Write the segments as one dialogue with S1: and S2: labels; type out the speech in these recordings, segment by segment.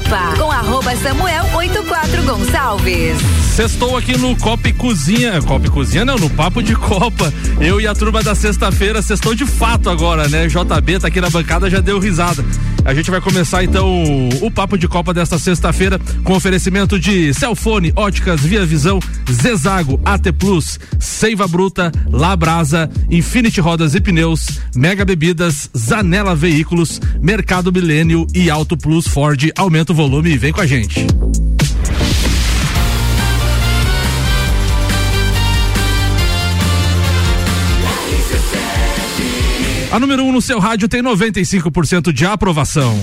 S1: Copa, com @Samuel84Gonçalves.
S2: Sextou aqui no Copa e Cozinha. Copa e Cozinha não, no Papo de Copa. Eu e a turma da sexta-feira, sextou de fato agora, né? JB tá aqui na bancada, já deu risada. A gente vai começar então o Papo de Copa desta sexta-feira com oferecimento de Celfone, Óticas Via Visão, Zezago, AT Plus, Seiva Bruta, Labrasa, Infinity Rodas e Pneus, Mega Bebidas, Zanela Veículos, Mercado Milênio e Auto Plus Ford. Aumenta o volume e vem com a gente. A número 1 no seu rádio tem 95% de aprovação.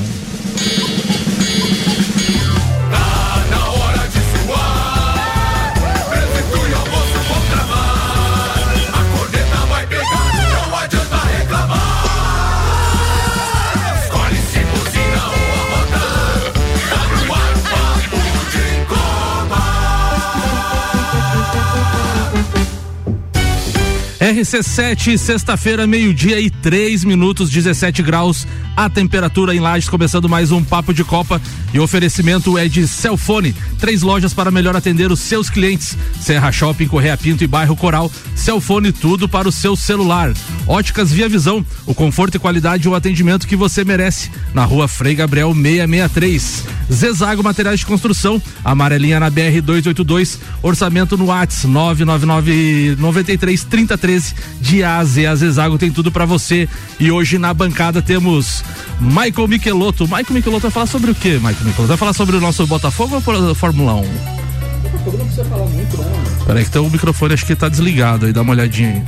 S2: RC7, sexta-feira, 12:03, 17 graus, a temperatura em Lages, começando mais um Papo de Copa, e o oferecimento é de Celfone, 3 lojas para melhor atender os seus clientes, Serra Shopping, Correia Pinto e Bairro Coral. Celfone, tudo para o seu celular. Óticas Via Visão, o conforto e qualidade e o atendimento que você merece, na Rua Frei Gabriel 663. Zezago Materiais de Construção, amarelinha na BR 282, orçamento no WhatsApp 999933013. De A a Z, a Zezago tem tudo pra você. E hoje na bancada temos Michael Michelotto. Michael Michelotto vai falar sobre o quê, Michael Michelotto? Vai falar sobre o nosso Botafogo ou Fórmula 1? Botafogo não precisa falar muito, não. Peraí que tem o microfone, acho que tá desligado aí, dá uma olhadinha aí.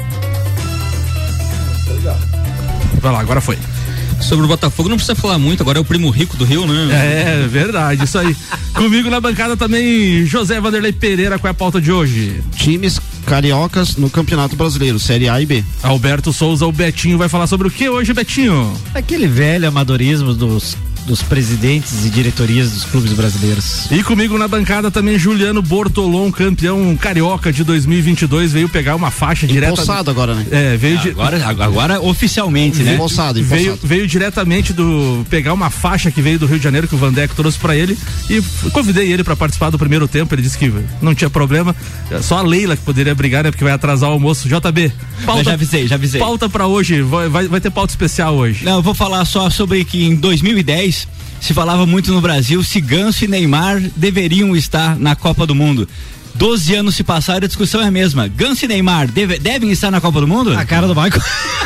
S2: Vai lá, agora foi.
S3: Sobre o Botafogo não precisa falar muito, agora é o primo rico do Rio, né?
S2: É verdade, isso aí. Comigo na bancada também José Vanderlei Pereira. Qual é a pauta de hoje?
S4: Times cariocas no Campeonato Brasileiro, Série A e B.
S2: Alberto Souza, o Betinho, vai falar sobre o que hoje, Betinho?
S5: Aquele velho amadorismo dos presidentes e diretorias dos clubes brasileiros.
S2: E comigo na bancada também Juliano Bortolom, campeão carioca de 2022, veio pegar uma faixa direta.
S4: Empossado agora, né?
S2: Veio
S3: agora oficialmente, né?
S4: Empossado.
S2: Veio diretamente pegar uma faixa que veio do Rio de Janeiro, que o Vandeco trouxe pra ele, e convidei ele pra participar do primeiro tempo. Ele disse que não tinha problema, só a Leila que poderia brigar, né? Porque vai atrasar o almoço. JB, pauta,
S3: já avisei.
S2: Pauta pra hoje, vai ter pauta especial hoje.
S3: Não, eu vou falar só sobre que em 2010 se falava muito no Brasil se Ganso e Neymar deveriam estar na Copa do Mundo. 12 anos se passaram e a discussão é a mesma. Ganso e Neymar devem estar na Copa do Mundo?
S5: A cara do Michael.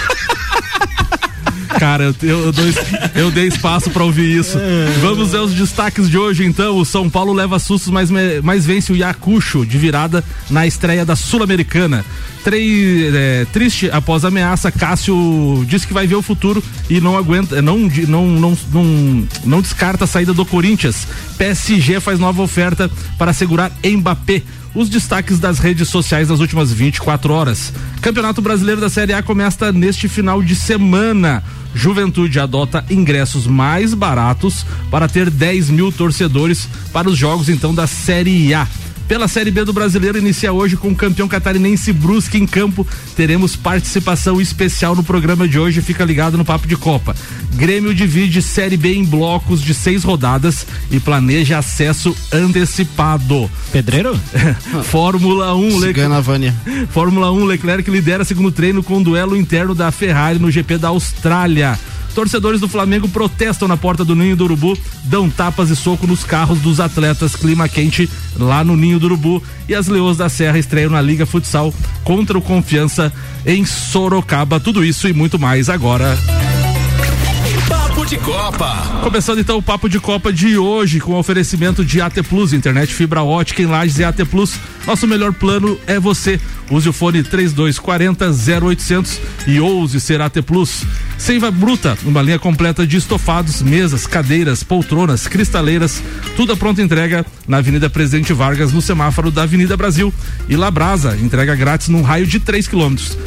S2: Cara, eu dei espaço pra ouvir isso. Vamos ver os destaques de hoje, então. O São Paulo leva sustos, mas vence o Iacucho de virada na estreia da Sul-Americana. Triste após a ameaça, Cássio diz que vai ver o futuro e não aguenta, não descarta a saída do Corinthians. PSG faz nova oferta para segurar Mbappé. Os destaques das redes sociais nas últimas 24 horas. Campeonato Brasileiro da Série A começa neste final de semana. Juventude adota ingressos mais baratos para ter 10 mil torcedores para os jogos então da Série A. Pela Série B do Brasileiro, inicia hoje com o campeão catarinense Brusque em campo. Teremos participação especial no programa de hoje, fica ligado no Papo de Copa. Grêmio divide Série B em blocos de 6 rodadas e planeja acesso antecipado.
S5: Pedreiro?
S2: Fórmula 1, Fórmula 1, Leclerc lidera segundo treino com duelo interno da Ferrari no GP da Austrália. Torcedores do Flamengo protestam na porta do Ninho do Urubu, dão tapas e soco nos carros dos atletas. Clima quente lá no Ninho do Urubu. E as Leões da Serra estreiam na Liga Futsal contra o Confiança em Sorocaba. Tudo isso e muito mais agora.
S6: Papo de Copa.
S2: Começando então o Papo de Copa de hoje com o oferecimento de AT Plus, internet fibra ótica em Lages e AT Plus. Nosso melhor plano é você. Use o fone 3240-0800 e ouse ser AT Plus. Seiva Bruta, uma linha completa de estofados, mesas, cadeiras, poltronas, cristaleiras, tudo a pronta entrega na Avenida Presidente Vargas, no semáforo da Avenida Brasil. E Labrasa, entrega grátis num raio de 3 quilômetros.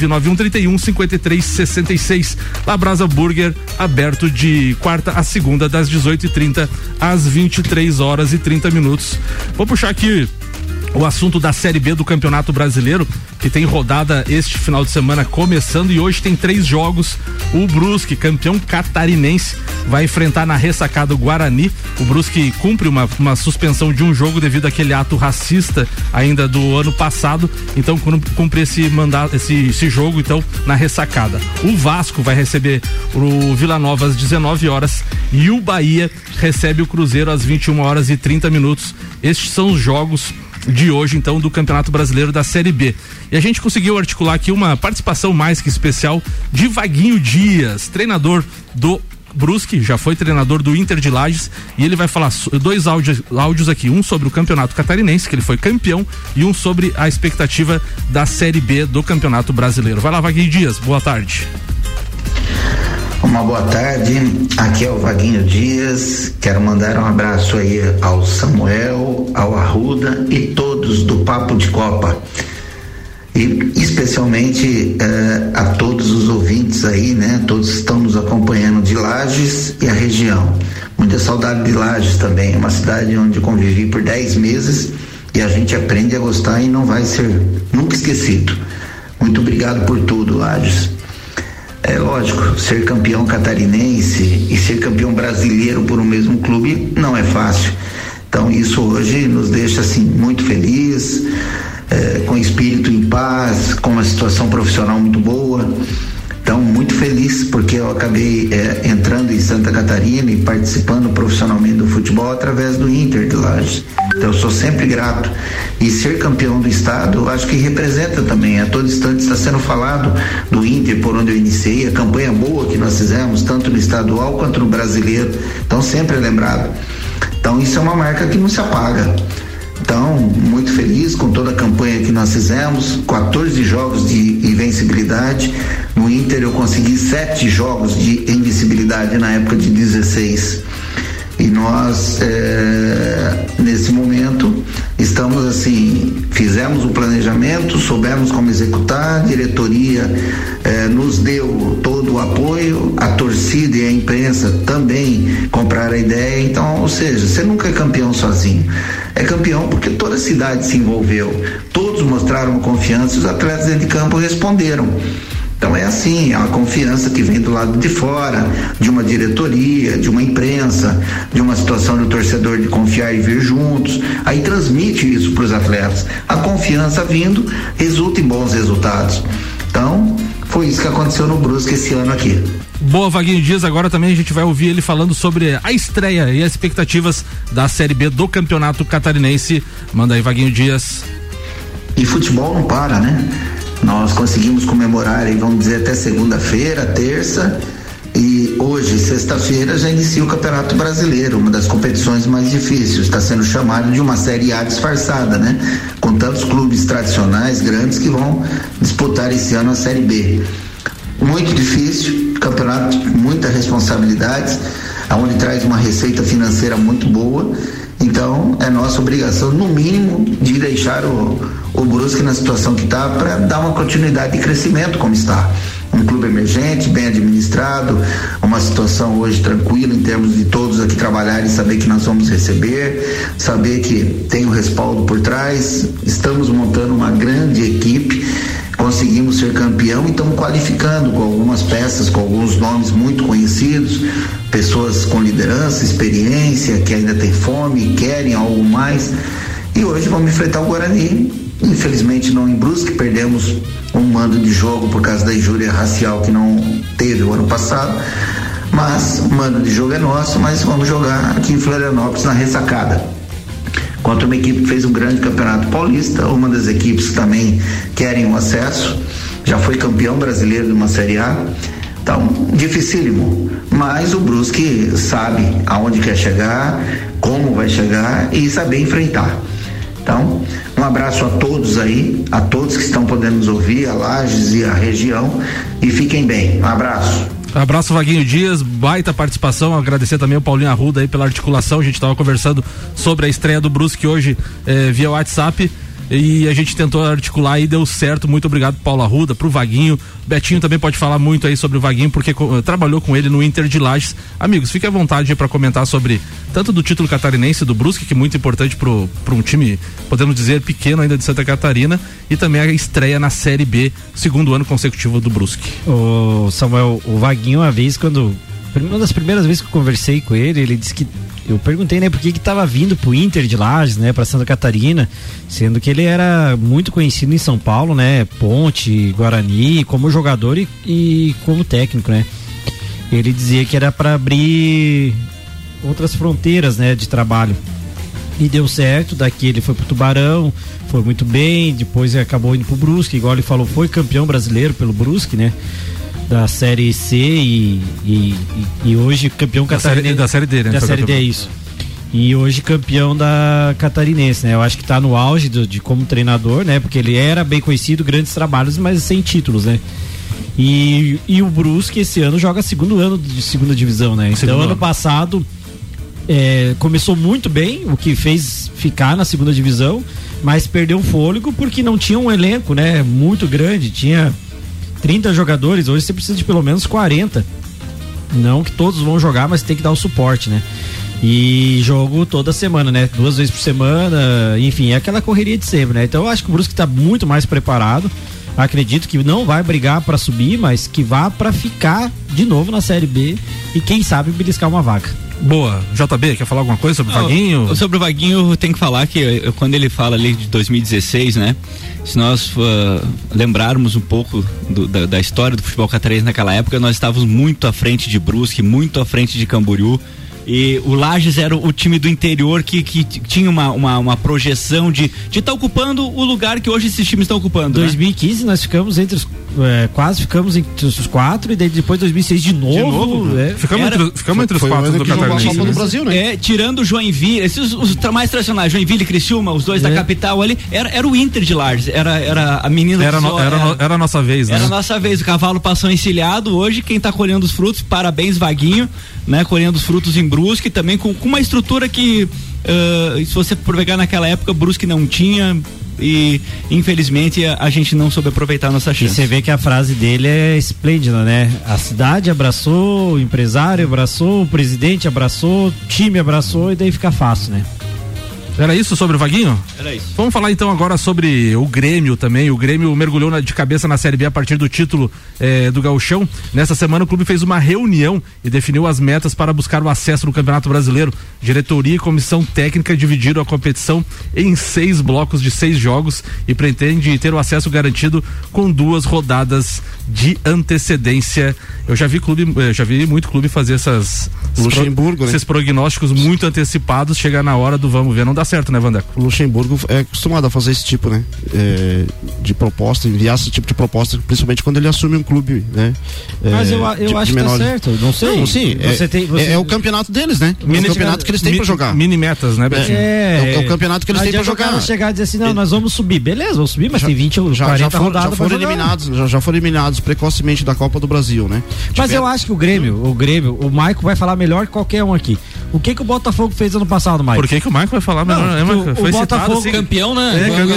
S2: 99131-5366. Labrasa Burger, aberto de quarta a segunda, das 18h30 às 23h30. Vou puxar aqui o assunto da Série B do Campeonato Brasileiro, que tem rodada este final de semana começando, e hoje tem 3 jogos. O Brusque, campeão catarinense, vai enfrentar na ressacada o Guarani. O Brusque cumpre uma suspensão de um jogo devido àquele ato racista ainda do ano passado, então cumpre esse jogo então na ressacada. O Vasco vai receber o Vila Nova às 19 horas e o Bahia recebe o Cruzeiro às 21h30. Estes são os jogos de hoje, então, do Campeonato Brasileiro da Série B. E a gente conseguiu articular aqui uma participação mais que especial de Vaguinho Dias, treinador do Brusque, já foi treinador do Inter de Lages, e ele vai falar 2 áudios aqui, um sobre o Campeonato Catarinense, que ele foi campeão, e um sobre a expectativa da Série B do Campeonato Brasileiro. Vai lá, Vaguinho Dias, boa tarde.
S1: Uma boa tarde, aqui é o Vaguinho Dias. Quero mandar um abraço aí ao Samuel, ao Arruda e todos do Papo de Copa, e especialmente a todos os ouvintes aí, né? Todos estão nos acompanhando de Lages e a região. Muita saudade de Lages também, é uma cidade onde convivi por 10 meses e a gente aprende a gostar e não vai ser nunca esquecido. Muito obrigado por tudo, Lages. É lógico, ser campeão catarinense e ser campeão brasileiro por um mesmo clube não é fácil. Então isso hoje nos deixa assim muito feliz, com espírito em paz, com uma situação profissional muito boa. Então muito feliz porque eu acabei entrando em Santa Catarina e participando profissionalmente do futebol através do Inter de Lages. Então eu sou sempre grato, e ser campeão do estado eu acho que representa também, a todo instante está sendo falado do Inter, por onde eu iniciei, a campanha boa que nós fizemos tanto no estadual quanto no brasileiro, então sempre é lembrado. Então isso é uma marca que não se apaga. Então, muito feliz com toda a campanha que nós fizemos, 14 jogos de invencibilidade. No Inter eu consegui 7 jogos de invencibilidade na época de 16. E nós, nesse momento, estamos assim, fizemos o planejamento, soubemos como executar, a diretoria nos deu todo o apoio, a torcida e a imprensa também compraram a ideia. Então, ou seja, você nunca é campeão sozinho. É campeão porque toda a cidade se envolveu, todos mostraram confiança e os atletas dentro de campo responderam. Então é assim, é uma confiança que vem do lado de fora, de uma diretoria, de uma imprensa, de uma situação do torcedor de confiar e vir juntos, aí transmite isso para os atletas. A confiança vindo resulta em bons resultados. Então, foi isso que aconteceu no Brusque esse ano aqui.
S2: Boa, Vaguinho Dias. Agora também a gente vai ouvir ele falando sobre a estreia e as expectativas da Série B do Campeonato Catarinense. Manda aí, Vaguinho Dias.
S1: E futebol não para, né? Nós conseguimos comemorar aí, vamos dizer, até segunda-feira, terça, e hoje, sexta-feira, já inicia o Campeonato Brasileiro, uma das competições mais difíceis. Está sendo chamado de uma Série A disfarçada, né? Com tantos clubes tradicionais, grandes, que vão disputar esse ano a Série B. Muito difícil, campeonato, muita responsabilidade, aonde traz uma receita financeira muito boa. Então é nossa obrigação, no mínimo, de deixar o Brusque na situação que está, para dar uma continuidade de crescimento como está. Um clube emergente, bem administrado, uma situação hoje tranquila em termos de todos aqui trabalharem, saber que nós vamos receber, saber que tem o respaldo por trás. Estamos montando uma grande equipe, conseguimos ser campeão e estamos qualificando com algumas peças, com alguns nomes muito conhecidos, pessoas com liderança, experiência, que ainda tem fome, querem algo mais. E hoje vamos enfrentar o Guarani. Infelizmente não em Brusque, perdemos um mando de jogo por causa da injúria racial que não teve o ano passado, mas o mando de jogo é nosso, mas vamos jogar aqui em Florianópolis na ressacada contra uma equipe que fez um grande campeonato paulista, uma das equipes que também querem o acesso, já foi campeão brasileiro de uma Série A. Então, dificílimo, mas o Brusque sabe aonde quer chegar, como vai chegar e saber enfrentar. Então, um abraço a todos aí, a todos que estão podendo nos ouvir, a Lages e a região, e fiquem bem. Um abraço.
S2: Abraço, Vaguinho Dias, baita participação. Agradecer também ao Paulinho Arruda aí pela articulação. A gente estava conversando sobre a estreia do Brusque hoje via WhatsApp. e a gente tentou articular e deu certo. Muito obrigado, Paulo Arruda, pro Vaguinho. Betinho também pode falar muito aí sobre o Vaguinho, porque trabalhou com ele no Inter de Lages. Amigos, fique à vontade para comentar sobre tanto do título catarinense do Brusque, que é muito importante para um time, podemos dizer, pequeno ainda de Santa Catarina, e também a estreia na Série B, segundo ano consecutivo do Brusque.
S5: O Samuel, o Vaguinho, uma das primeiras vezes que eu conversei com ele disse que, eu perguntei, né, por que tava vindo pro Inter de Lages, né, pra Santa Catarina, sendo que ele era muito conhecido em São Paulo, né, Ponte, Guarani, como jogador e como técnico, né. Ele dizia que era para abrir outras fronteiras, né, de trabalho. E deu certo, daqui ele foi pro Tubarão, foi muito bem, depois acabou indo pro Brusque, igual ele falou, foi campeão brasileiro pelo Brusque, né, da Série C e hoje campeão catarinense.
S2: Da Série D, né?
S5: Da Série D, é isso. E hoje campeão da Catarinense, né? Eu acho que tá no auge de como treinador, né? Porque ele era bem conhecido, grandes trabalhos, mas sem títulos, né? E o Brusque esse ano joga segundo ano de segunda divisão, né? Então ano passado começou muito bem, o que fez ficar na segunda divisão, mas perdeu o fôlego porque não tinha um elenco, né? Muito grande, tinha 30 jogadores, hoje você precisa de pelo menos 40. Não que todos vão jogar, mas tem que dar o suporte, né? E jogo toda semana, né? 2 vezes por semana, enfim, é aquela correria de sempre, né? Então eu acho que o Brusque tá muito mais preparado. Acredito que não vai brigar para subir, mas que vá para ficar de novo na Série B e quem sabe beliscar uma vaga.
S2: Boa. JB, quer falar alguma coisa sobre o Vaguinho?
S3: Sobre o Vaguinho, eu tenho que falar que quando ele fala ali de 2016, né? Se nós lembrarmos um pouco da história do futebol catarinense naquela época, nós estávamos muito à frente de Brusque, muito à frente de Camboriú. E o Lages era o time do interior que tinha uma projeção de estar ocupando o lugar que hoje esses times estão ocupando.
S5: 2015 nós ficamos quase ficamos entre os 4 e depois 2006 de novo.
S2: Ficamos entre os 4 do Catarinense.
S4: No Brasil, né?
S3: Tirando o Joinville, esses os mais tradicionais, Joinville e Criciúma, os dois da capital ali, era o Inter de Lages, era a menina
S2: era a nossa vez, né?
S3: Era a nossa vez, o cavalo passou encilhado, hoje quem tá colhendo os frutos, parabéns Vaguinho, né? Colhendo os frutos em Brusque, também com uma estrutura que se você pegar naquela época, Brusque não tinha e infelizmente a gente não soube aproveitar a nossa chance.
S5: E você vê que a frase dele é esplêndida, né? A cidade abraçou, o empresário abraçou, o presidente abraçou, o time abraçou e daí fica fácil, né?
S2: Era isso sobre o Vaguinho?
S3: Era isso.
S2: Vamos falar então agora sobre o Grêmio também. O Grêmio mergulhou de cabeça na Série B a partir do título do Gauchão. Nessa semana o clube fez uma reunião e definiu as metas para buscar o acesso no Campeonato Brasileiro. Diretoria e comissão técnica dividiram a competição em 6 blocos de 6 jogos e pretende ter o acesso garantido com 2 rodadas de antecedência. Eu já vi muito clube fazer esses prognósticos muito antecipados, chegar na hora do vamos ver, não dá certo, né, Vandeco?
S4: O Luxemburgo é acostumado a fazer esse tipo, né? De proposta, enviar esse tipo de proposta, principalmente quando ele assume um clube, né?
S5: Mas eu acho que tá certo, não sei.
S4: Não, sim, é o campeonato deles, né? É o campeonato que eles têm pra jogar.
S2: Mini metas, né, Betinho?
S4: É o campeonato que eles têm pra jogar.
S5: Chegar e dizer assim, não, nós vamos subir, beleza, vamos subir, mas tem 20 ou 40 rodadas pra jogar.
S4: Já foram eliminados precocemente da Copa do Brasil, né?
S5: Mas eu acho que o Grêmio, o Maico vai falar melhor que qualquer um aqui. O que o Botafogo fez ano passado, Maico?
S2: Por que o Maico vai falar melhor?
S5: O Botafogo
S2: assim,
S3: campeão, né?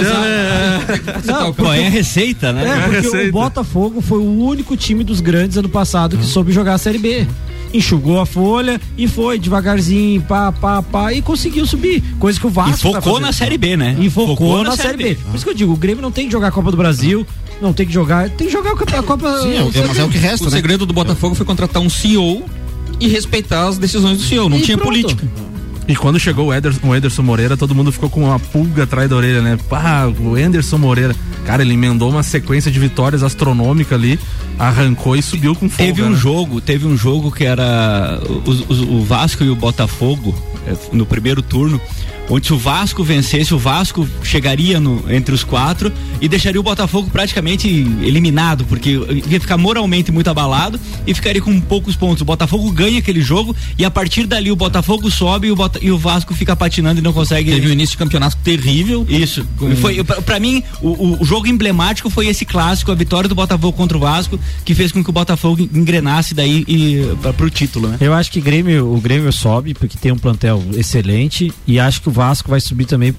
S3: É a receita, né?
S5: Porque o Botafogo foi o único time dos grandes ano passado que soube jogar a Série B. Enxugou a folha e foi devagarzinho, e conseguiu subir. Coisa que o Vasco
S3: e focou na Série B, né?
S5: E focou na Série B. Por isso que eu digo, o Grêmio não tem que jogar a Copa do Brasil, não tem que jogar a Copa.
S4: Sim, mas é o que resta,
S7: né? O segredo do Botafogo foi contratar um CEO e respeitar as decisões do CEO, não tinha política.
S2: E quando chegou o Anderson Moreira, todo mundo ficou com uma pulga atrás da orelha, né? O Anderson Moreira, cara, ele emendou uma sequência de vitórias astronômica ali, arrancou e subiu com folga.
S3: Teve um jogo que era o Vasco e o Botafogo no primeiro turno, onde se o Vasco vencesse, o Vasco chegaria entre os 4 e deixaria o Botafogo praticamente eliminado, porque ia ficar moralmente muito abalado e ficaria com poucos pontos. O Botafogo ganha aquele jogo e a partir dali o Botafogo sobe e o Vasco fica patinando e não consegue.
S7: Teve um início de campeonato terrível.
S3: Isso. Foi, pra mim, o jogo emblemático foi esse clássico, a vitória do Botafogo contra o Vasco, que fez com que o Botafogo engrenasse daí pro título, né?
S5: Eu acho que o Grêmio sobe porque tem um plantel excelente e acho que o Vasco vai subir também porque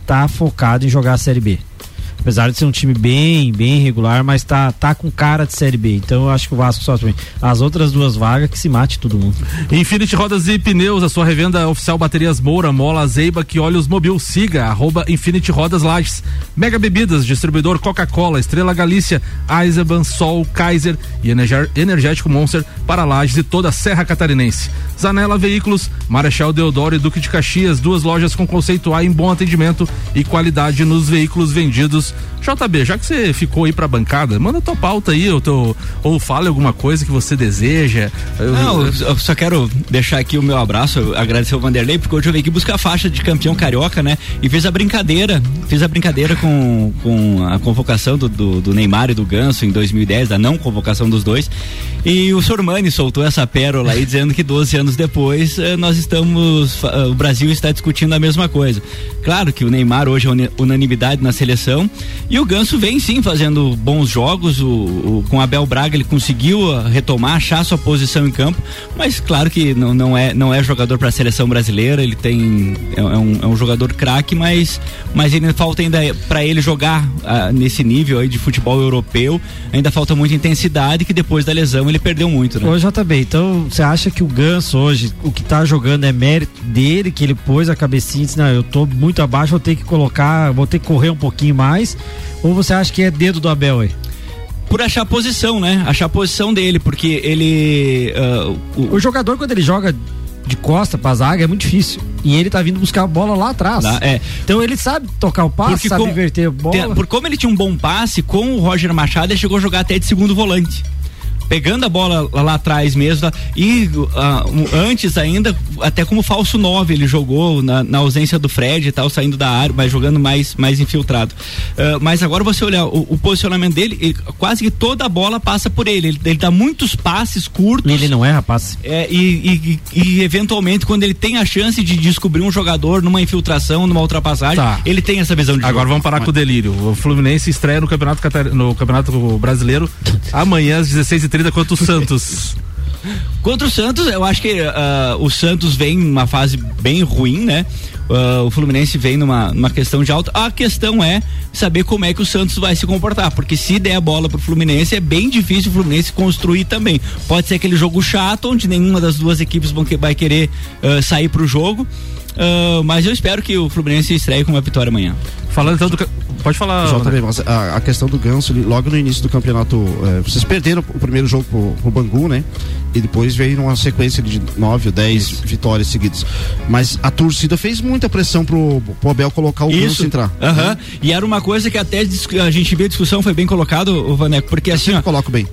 S5: tá focado em jogar a Série B. Apesar de ser um time bem irregular, mas tá com cara de Série B. Então eu acho que o Vasco só também. As outras 2 vagas que se mate todo mundo.
S2: Infinity Rodas e Pneus, a sua revenda oficial Baterias Moura, Mola, Zeiba, que Olhos Mobil. Siga, @Infinity Rodas Lages. Mega Bebidas, distribuidor Coca-Cola, Estrela Galícia, Eisenbahn, Sol, Kaiser e Energético Monster para Lages e toda a Serra Catarinense. Zanela Veículos, Marechal Deodoro e Duque de Caxias, 2 lojas com conceito A em bom atendimento e qualidade nos veículos vendidos. JB, já que você ficou aí pra bancada, manda tua pauta aí, ou fale alguma coisa que você deseja.
S3: Eu só quero deixar aqui o meu abraço, agradecer ao Vanderlei, porque hoje eu vim aqui buscar a faixa de campeão carioca, né? E fiz a brincadeira com a convocação do Neymar e do Ganso em 2010, da não convocação dos dois. E o Sormani soltou essa pérola aí, dizendo que 12 anos depois o Brasil está discutindo a mesma coisa. Claro que o Neymar hoje é unanimidade na seleção, e o Ganso vem sim fazendo bons jogos. Com Abel Braga ele conseguiu retomar, achar sua posição em campo, mas claro que não é jogador para a seleção brasileira. Ele é um jogador craque, mas ainda falta para ele jogar nesse nível aí de futebol europeu. Ainda falta muita intensidade, que depois da lesão ele perdeu muito, né?
S5: Ô JB, então você acha que o Ganso hoje, o que tá jogando é mérito dele, que ele pôs a cabecinha e disse, não, eu tô muito abaixo, vou ter que correr um pouquinho mais, ou você acha que é dedo do Abel aí?
S3: Por achar a posição, né? Achar a posição dele, porque ele...
S5: O jogador, quando ele joga de costa pra zaga, é muito difícil. E ele tá vindo buscar a bola lá atrás. Então ele sabe tocar o passe, sabe inverter a bola.
S3: Por como ele tinha um bom passe, com o Roger Machado, ele chegou a jogar até de segundo volante. Pegando a bola lá atrás mesmo, e antes ainda, até como falso 9 ele jogou na ausência do Fred e tal, saindo da área, mas jogando mais infiltrado. Mas agora você olhar o posicionamento dele, quase que toda a bola passa por ele dá muitos passes curtos.
S5: E ele não erra passe.
S3: E eventualmente, quando ele tem a chance de descobrir um jogador numa infiltração, numa ultrapassagem, ele tem essa visão de jogo.
S2: Agora vamos parar com o delírio. O Fluminense estreia no Campeonato Brasileiro amanhã às 16h30 contra o Santos.
S3: Contra o Santos, eu acho que o Santos vem numa fase bem ruim, né? O Fluminense vem numa questão de alta. A questão é saber como é que o Santos vai se comportar, porque se der a bola pro Fluminense, é bem difícil o Fluminense construir também. Pode ser aquele jogo chato, onde nenhuma das duas equipes vai querer sair pro jogo. Mas eu espero que o Fluminense estreie com uma vitória amanhã.
S2: Falando então pode falar.
S4: JB, mas a questão do Ganso, logo no início do campeonato, vocês perderam o primeiro jogo pro Bangu, né? E depois veio uma sequência de 9 ou 10 vitórias seguidas. Mas a torcida fez muita pressão pro Abel colocar o Ganso entrar.
S3: E era uma coisa que até a gente viu a discussão, foi bem colocado, o Vaneco, porque assim, ó.
S4: Coloco bem.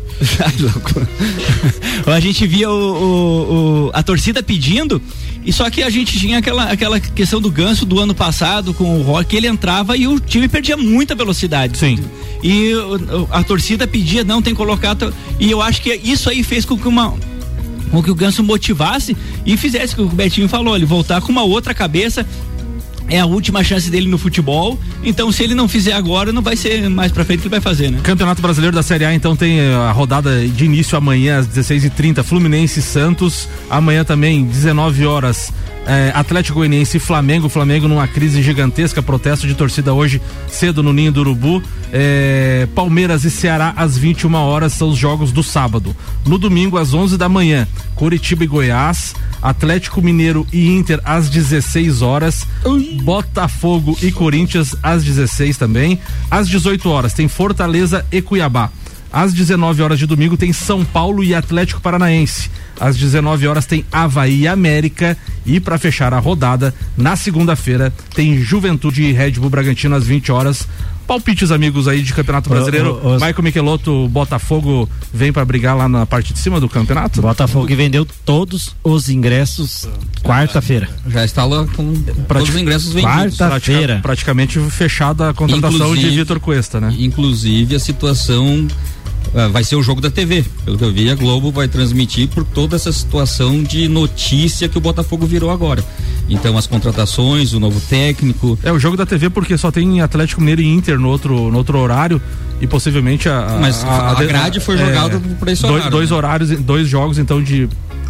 S3: A gente via a torcida pedindo, e só que a gente tinha aquela questão do Ganso do ano passado com o Roque, ele entrava e o time perdia muita velocidade.
S2: Sim.
S3: E a torcida pedia, não, tem que colocar, e eu acho que isso aí fez com que o Ganso motivasse e fizesse o que o Betinho falou, ele voltar com uma outra cabeça. É a última chance dele no futebol, então se ele não fizer agora, não vai ser mais pra frente que ele vai fazer, né?
S2: Campeonato Brasileiro da Série A, então tem a rodada de início amanhã às 16h30, Fluminense e Santos. Amanhã também, 19 horas, Atlético Goianiense e Flamengo. Flamengo numa crise gigantesca, protesto de torcida hoje cedo no Ninho do Urubu. Palmeiras e Ceará às 21 horas são os jogos do sábado. No domingo às 11 da manhã, Curitiba e Goiás, Atlético Mineiro e Inter às 16 horas, Botafogo e Corinthians às 16 também. Às 18 horas tem Fortaleza e Cuiabá. Às 19 horas de domingo tem São Paulo e Atlético Paranaense. Às 19 horas tem Avaí e América. E para fechar a rodada, na segunda-feira tem Juventude e Red Bull Bragantino às 20 horas. Palpites, amigos, aí de Campeonato Brasileiro. Michael Michelotto, Botafogo vem para brigar lá na parte de cima do campeonato?
S5: Botafogo que vendeu todos os ingressos quarta-feira.
S7: Já está lá com todos os ingressos vendidos.
S5: Quarta-feira.
S2: Praticamente fechada a contratação de Vitor Cuesta, né?
S7: Inclusive a situação vai ser o jogo da TV. Pelo que eu vi, a Globo vai transmitir por toda essa situação de notícia que o Botafogo virou agora. Então as contratações, o novo técnico.
S2: O jogo da TV porque só tem Atlético Mineiro e Inter no outro horário e possivelmente
S7: Mas a grade foi jogada para esse horário.
S2: Dois jogos então de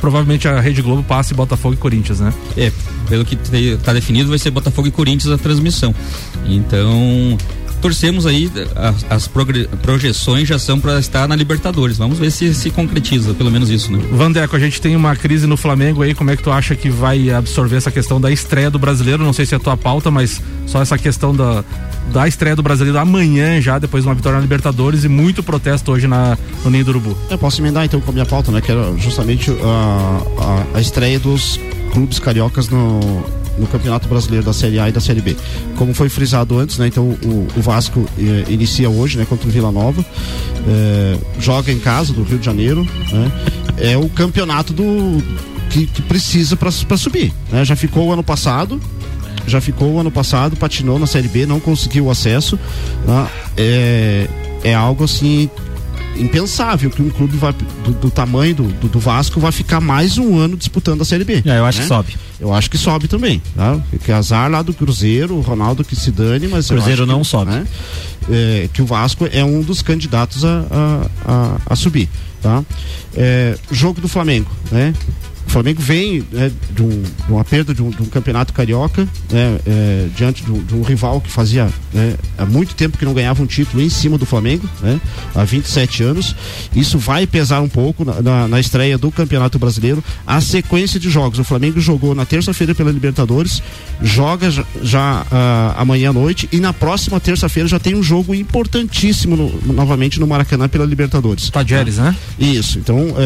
S2: provavelmente a Rede Globo passe Botafogo e Corinthians, né?
S7: Pelo que tá definido, vai ser Botafogo e Corinthians a transmissão. Então, torcemos aí, as projeções já são para estar na Libertadores. Vamos ver se concretiza, pelo menos isso, né?
S2: Vandeco, a gente tem uma crise no Flamengo aí, como é que tu acha que vai absorver essa questão da estreia do Brasileiro? Não sei se é a tua pauta, mas só essa questão da estreia do Brasileiro amanhã já, depois de uma vitória na Libertadores e muito protesto hoje no Ninho do Urubu.
S4: Eu posso emendar então com a minha pauta, né? Que era justamente a estreia dos clubes cariocas no Campeonato Brasileiro da Série A e da Série B. Como foi frisado antes, né? Então o Vasco inicia hoje, né? Contra o Vila Nova, joga em casa do Rio de Janeiro, né? É o campeonato que precisa para subir, né? Já ficou o ano passado, patinou na Série B, não conseguiu o acesso, né? É algo assim impensável que um clube do tamanho do Vasco vai ficar mais um ano disputando a Série B.
S5: Eu acho que sobe.
S4: Eu acho que sobe também, tá? Que azar lá do Cruzeiro, o Ronaldo que se dane, mas
S5: o Cruzeiro não sobe.
S4: Né? Que o Vasco é um dos candidatos a subir, tá? Jogo do Flamengo, né? O Flamengo vem, né, de uma perda de um campeonato carioca, né, diante de um rival que fazia, né, há muito tempo que não ganhava um título em cima do Flamengo, né, há 27 anos. Isso vai pesar um pouco na estreia do Campeonato Brasileiro. A sequência de jogos: o Flamengo jogou na terça-feira pela Libertadores, joga já amanhã à noite, e na próxima terça-feira já tem um jogo importantíssimo novamente no Maracanã pela Libertadores.
S2: Tadjeres, né?
S4: Isso. Então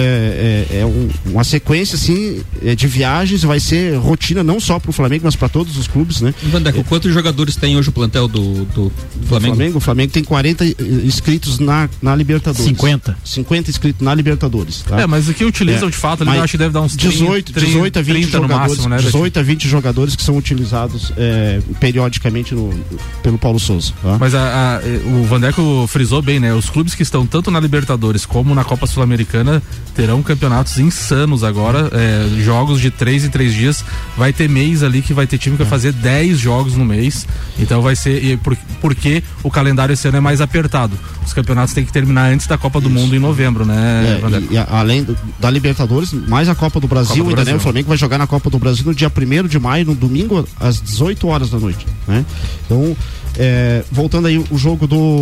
S4: uma sequência assim de viagens, vai ser rotina não só para o Flamengo, mas para todos os clubes, né?
S7: Vandeco, quantos jogadores tem hoje o plantel do Flamengo?
S4: O Flamengo tem 40 inscritos na Libertadores. 50 inscritos na Libertadores, tá?
S2: Mas o que utilizam de fato, ali eu acho que deve dar uns
S4: 18 a 20 jogadores, no máximo, né? 18 a 20 jogadores que são utilizados periodicamente pelo Paulo Souza, tá?
S2: Mas o Vandeco frisou bem, né? Os clubes que estão tanto na Libertadores como na Copa Sul-Americana terão campeonatos insanos agora, jogos de 3 em 3 dias. Vai ter mês ali que vai ter time que vai fazer 10 jogos no mês. Então vai ser, porque o calendário esse ano é mais apertado. Os campeonatos têm que terminar antes da Copa do Mundo em novembro, né?
S4: E além da Libertadores, mais a Copa do Brasil, né? O Flamengo vai jogar na Copa do Brasil no dia 1º de maio, no domingo, às 18 horas da noite, né? Então, voltando aí o jogo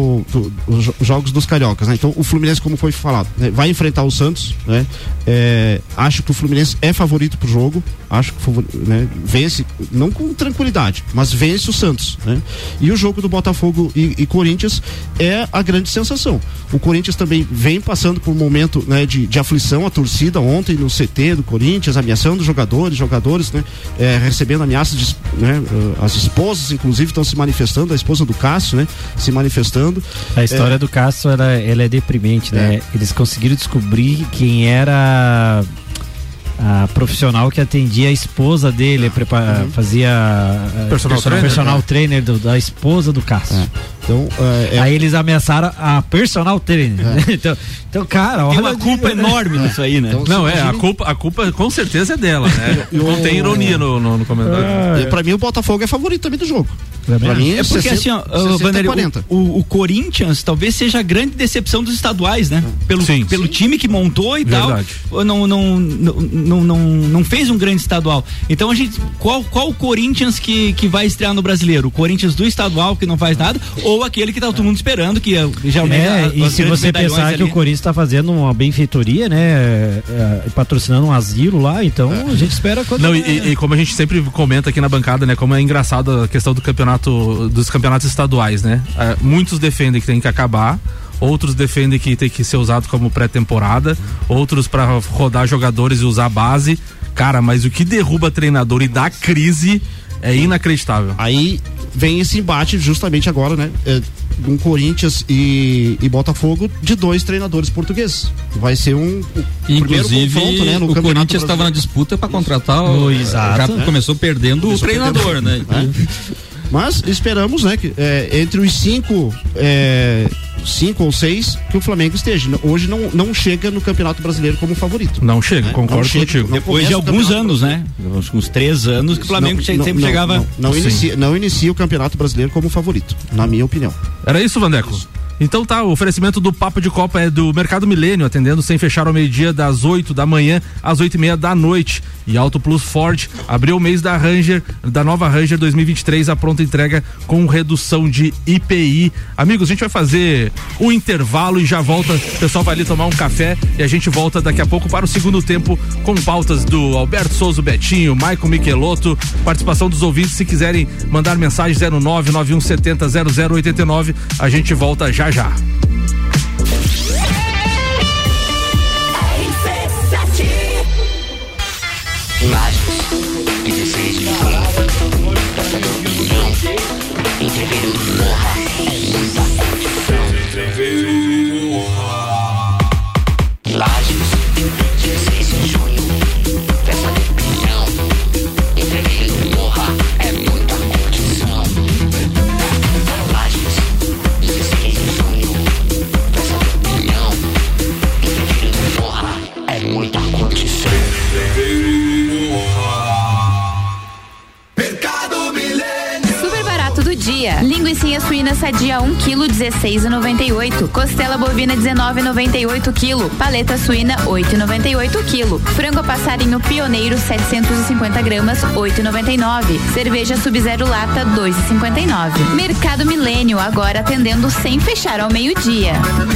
S4: os jogos dos cariocas, né? Então o Fluminense, como foi falado, né, vai enfrentar o Santos, né? Acho que o Fluminense é favorito pro jogo, acho que né, vence, não com tranquilidade, mas vence o Santos, né? E o jogo do Botafogo e Corinthians é a grande sensação. O Corinthians também vem passando por um momento, né, de aflição. A torcida ontem no CT do Corinthians ameaçando jogadores, né, recebendo ameaças né, as esposas inclusive estão se manifestando, a esposa do Cássio, né, se manifestando.
S5: A história do Cássio, ela é deprimente, né? Eles conseguiram descobrir quem era a profissional que atendia a esposa dele, fazia personal trainer da esposa do Cássio.
S4: Então,
S5: aí eles ameaçaram a personal trainer. Então, cara,
S3: tem uma culpa enorme nisso aí, né?
S2: Então, não, a culpa com certeza é dela, né? Não tem ironia no comentário.
S4: Pra mim o Botafogo é favorito também do jogo. Pra mim
S3: é porque 60, assim, ó, Vander, o Corinthians talvez seja a grande decepção dos estaduais, né? Pelo time que montou e verdade. Tal. Não fez um grande estadual. Então qual o Corinthians que vai estrear no Brasileiro? O Corinthians do estadual que não faz nada, ou aquele que tá todo mundo esperando, que geralmente
S5: e se você pensar ali, que o Corinthians tá fazendo uma benfeitoria, né, patrocinando um asilo lá, então a gente espera
S2: e como a gente sempre comenta aqui na bancada, né, como é engraçado a questão dos campeonatos estaduais, né? Muitos defendem que tem que acabar, outros defendem que tem que ser usado como pré-temporada, outros para rodar jogadores e usar base. Cara, mas o que derruba treinador e dá crise é inacreditável.
S4: Aí vem esse embate justamente agora, né? Um Corinthians e Botafogo de 2 treinadores portugueses. Vai ser
S7: inclusive, primeiro confronto, né? No o Corinthians estava na disputa para contratar já começou perdendo o treinador, né?
S4: Mas esperamos, né, que entre os 5 ou 6 que o Flamengo esteja. Hoje não chega no Campeonato Brasileiro como favorito.
S2: Não chega, concordo contigo.
S3: Depois de alguns anos, né? Uns 3 anos que o Flamengo sempre chegava.
S4: Não inicia o Campeonato Brasileiro como favorito, na minha opinião.
S2: Era isso, Vandeco? Então tá, o oferecimento do Papo de Copa é do Mercado Milênio, atendendo sem fechar ao meio-dia, das 8 da manhã às 8:30 da noite. E Auto Plus Ford abriu o mês da nova Ranger 2023, a pronta entrega com redução de IPI. Amigos, a gente vai fazer um intervalo e já volta. O pessoal vai ali tomar um café e a gente volta daqui a pouco para o segundo tempo com pautas do Alberto Souza, Betinho, Maicon Michelotto, participação dos ouvintes. Se quiserem mandar mensagem 0991700089, a gente volta já.
S8: Imagens, 16 de junho, Praça do Pinhão, entreveiro do Morra, muita curtição. Lajes, 16 de junho, Praça do Pinhão, entreveiro do Morra, é muita curtição. Lajes, 16 de junho, Praça do Pinhão, entreveiro do Morra, é muita curtição.
S9: Dia. Linguiça suína sadia 1 kg 16,98. Costela bovina 19,98 kg. Paleta suína 8,98 kg. Frango passarinho pioneiro 750 gramas 8,99. Cerveja Sub-Zero lata 2,59. Mercado Milênio, agora atendendo sem fechar ao meio-dia.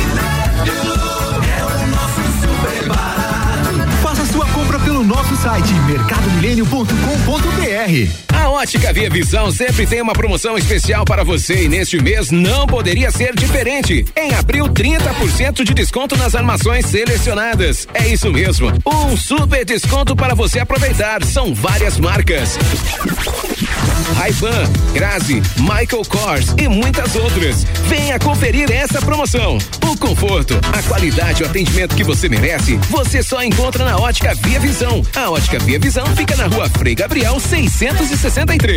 S6: Faça sua compra pelo nosso site mercadomilênio.com.br. A Ótica Via Visão sempre tem uma promoção especial para você e neste mês não poderia ser diferente. Em abril, 30% de desconto nas armações selecionadas. É isso mesmo, um super desconto para você aproveitar. São várias marcas: Ray-Ban, Grazi, Michael Kors e muitas outras. Venha conferir essa promoção. O conforto, a qualidade e o atendimento que você merece, você só encontra na Ótica Via Visão. A Ótica Via Visão fica na Rua Frei Gabriel 663.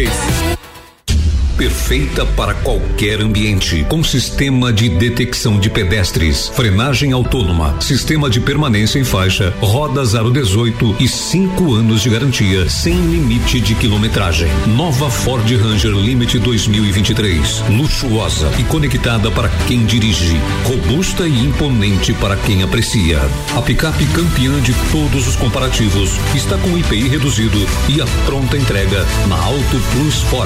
S10: Perfeita para qualquer ambiente, com sistema de detecção de pedestres, frenagem autônoma, sistema de permanência em faixa, rodas aro 18 e 5 anos de garantia, sem limite de quilometragem. Nova Ford Ranger Limite 2023, luxuosa e conectada para quem dirige, robusta e imponente para quem aprecia. A picape campeã de todos os comparativos está com IPI reduzido e a pronta entrega na Auto Plus Ford.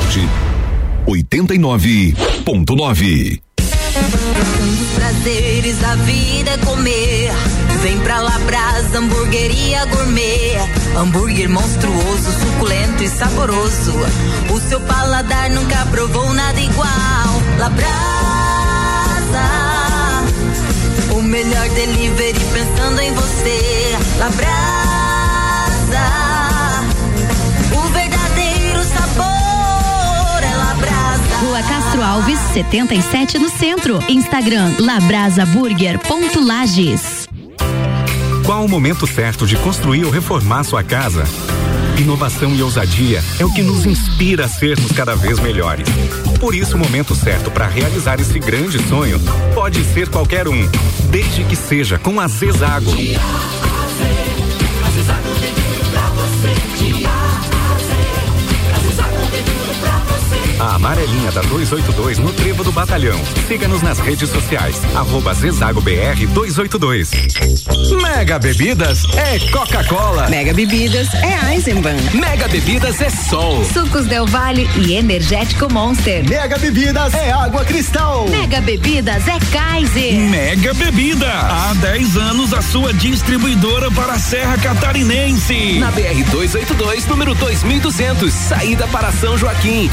S10: 89.9.
S11: Um dos prazeres da vida é comer. Vem pra Labrasa, hamburgueria gourmet. Hambúrguer monstruoso, suculento e saboroso. O seu paladar nunca provou nada igual. Labrasa, o melhor delivery pensando em você. Labrasa, o verdadeiro sabor.
S12: Rua Castro Alves, 77 no centro. Instagram labrasaburger.lages.
S13: Qual o momento certo de construir ou reformar sua casa? Inovação e ousadia é o que nos inspira a sermos cada vez melhores. Por isso, o momento certo para realizar esse grande sonho pode ser qualquer um, desde que seja com a Zezago. A amarelinha da 282 no Trevo do Batalhão. Siga-nos nas redes sociais, @ZezagoBR 282.
S6: Mega Bebidas é Coca-Cola.
S14: Mega Bebidas é Eisenbahn.
S6: Mega Bebidas é Sol.
S12: Sucos Del Valle e Energético Monster.
S6: Mega Bebidas é Água Cristal.
S12: Mega Bebidas é Kaiser.
S15: Mega Bebida, há 10 anos a sua distribuidora para a Serra Catarinense.
S6: Na BR 282, número 2200, saída para São Joaquim,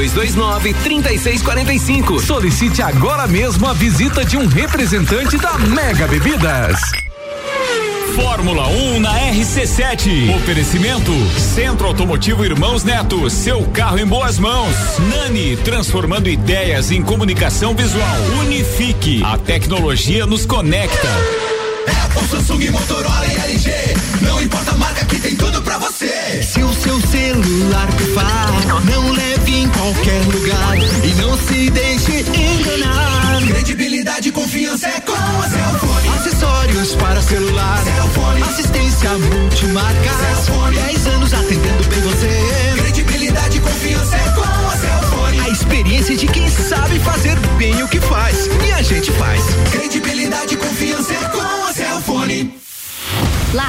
S6: 3229-3645. Solicite agora mesmo a visita de um representante da Mega Bebidas.
S16: Fórmula 1 na RC7. Oferecimento Centro Automotivo Irmãos Neto, seu carro em boas mãos. Nani, transformando ideias em comunicação visual. Unifique, a tecnologia nos conecta.
S17: Apple, Samsung, Motorola e LG, não importa a marca, que tem tudo pra você. Se o seu celular pifar, não leve em qualquer lugar e não se deixe enganar. Credibilidade e confiança é com a Cellfone. Acessórios para celular, Cellfone. Assistência multimarca, Cellfone. 10 anos atendendo bem você. Credibilidade e confiança é com a Cellfone. A experiência de quem sabe fazer bem o que faz, e a gente faz.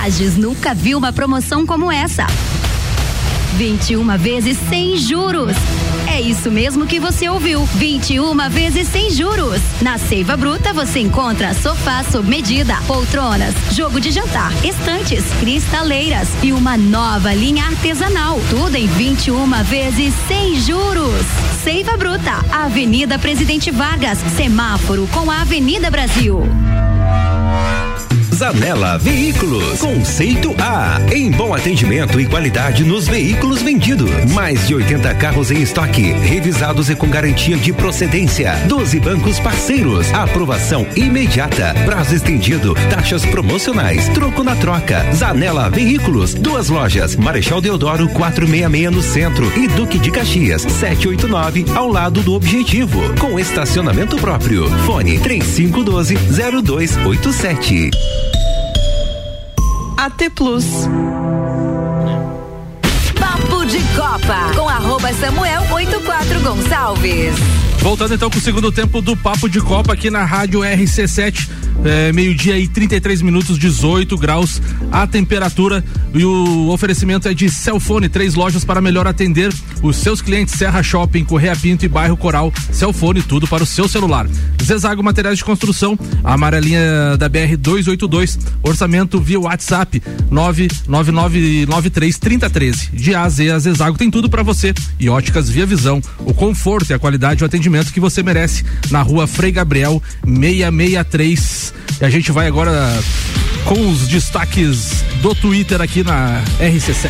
S12: Lages nunca viu uma promoção como essa. 21 vezes sem juros. É isso mesmo que você ouviu. 21 vezes sem juros. Na Seiva Bruta você encontra sofá sob medida, poltronas, jogo de jantar, estantes, cristaleiras e uma nova linha artesanal. Tudo em 21 vezes sem juros. Seiva Bruta, Avenida Presidente Vargas, semáforo com a Avenida Brasil.
S18: Zanela Veículos, conceito A, em bom atendimento e qualidade nos veículos vendidos. Mais de 80 carros em estoque, revisados e com garantia de procedência. 12 bancos parceiros, aprovação imediata, prazo estendido, taxas promocionais, troco na troca. Zanela Veículos, 2 lojas, Marechal Deodoro 466 no centro e Duque de Caxias 789 ao lado do Objetivo, com estacionamento próprio. Fone 3512-0287.
S14: AT Plus.
S11: Papo de Copa com @Samuel84 Gonçalves.
S2: Voltando então com o segundo tempo do Papo de Copa aqui na Rádio RC7, meio-dia e 33 minutos, 18 graus a temperatura, e o oferecimento é de Celfone, 3 lojas para melhor atender os seus clientes: Serra Shopping, Correia Pinto e Bairro Coral. Celfone, tudo para o seu celular. Zezago Materiais de Construção, a amarelinha da BR 282, orçamento via WhatsApp 999933013. De A a Z, a Zezago tem tudo para você. E Óticas Via Visão, o conforto e a qualidade e o atendimento que você merece, na Rua Frei Gabriel 663. E a gente vai agora com os destaques do Twitter aqui na RC7.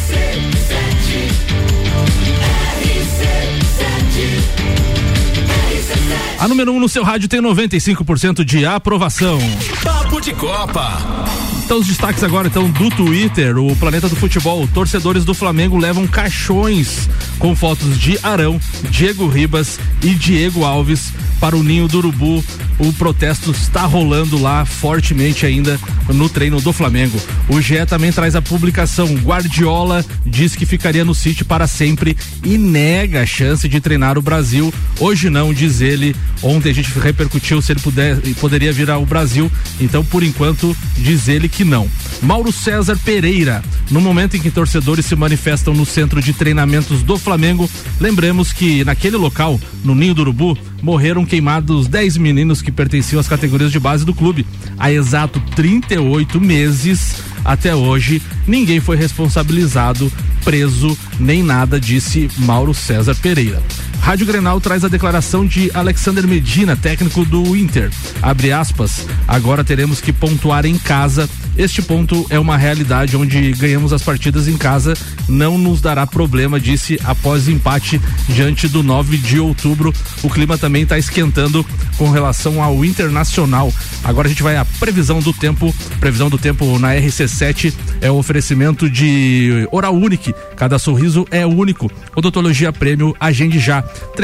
S2: A número 1 no seu rádio tem 95% de aprovação.
S16: Papo de Copa.
S2: Então os destaques agora então do Twitter, o Planeta do Futebol. Torcedores do Flamengo levam caixões com fotos de Arão, Diego Ribas e Diego Alves para o Ninho do Urubu. O protesto está rolando lá fortemente ainda no treino do Flamengo. O GE também traz a publicação: Guardiola diz que ficaria no City para sempre e nega a chance de treinar o Brasil. Hoje não, diz ele. Ontem a gente repercutiu se ele poderia vir ao Brasil. Então, por enquanto, diz ele que não. Mauro César Pereira: no momento em que torcedores se manifestam no centro de treinamentos do Flamengo, lembremos que naquele local, no Ninho do Urubu, morreram queimados 10 meninos que pertenciam às categorias de base do clube. Há exato 38 meses, até hoje, ninguém foi responsabilizado, preso, nem nada, disse Mauro César Pereira. Rádio Grenal traz a declaração de Alexander Medina, técnico do Inter. Abre aspas: agora teremos que pontuar em casa. Este ponto é uma realidade onde ganhamos as partidas em casa, não nos dará problema, disse após empate diante do 9 de outubro. O clima também está esquentando com relação ao Internacional. Agora a gente vai à previsão do tempo. Previsão do tempo na RC7 é o oferecimento de Oral Unique. Cada sorriso é único. Odontologia Prêmio, agende já.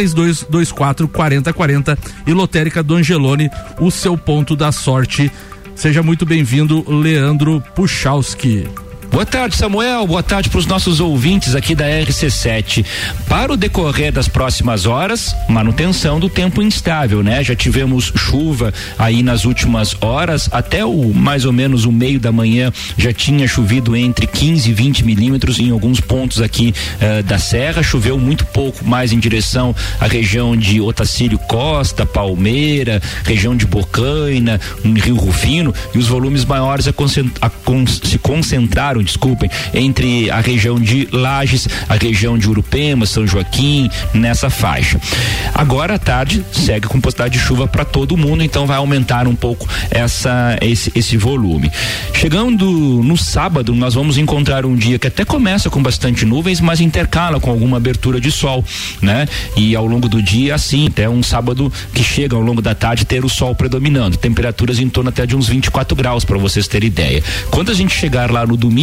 S2: 3224-4040 e Lotérica do Angelone, o seu ponto da sorte. Seja muito bem-vindo, Leandro Puchalski.
S19: Boa tarde, Samuel. Boa tarde para os nossos ouvintes aqui da RC7. Para o decorrer das próximas horas, manutenção do tempo instável, né? Já tivemos chuva aí nas últimas horas, até mais ou menos o meio da manhã já tinha chovido entre 15 e 20 milímetros em alguns pontos aqui da Serra. Choveu muito pouco mais em direção à região de Otacílio Costa, Palmeira, região de Bocaina, Rio Rufino, e os volumes maiores se concentraram, entre a região de Lages, a região de Urupema, São Joaquim, nessa faixa. Agora à tarde segue com possibilidade de chuva para todo mundo, então vai aumentar um pouco esse volume. Chegando no sábado, nós vamos encontrar um dia que até começa com bastante nuvens, mas intercala com alguma abertura de sol, né? E ao longo do dia, assim, até um sábado que chega ao longo da tarde ter o sol predominando, temperaturas em torno até de uns 24 graus, para vocês terem ideia. Quando a gente chegar lá no domingo,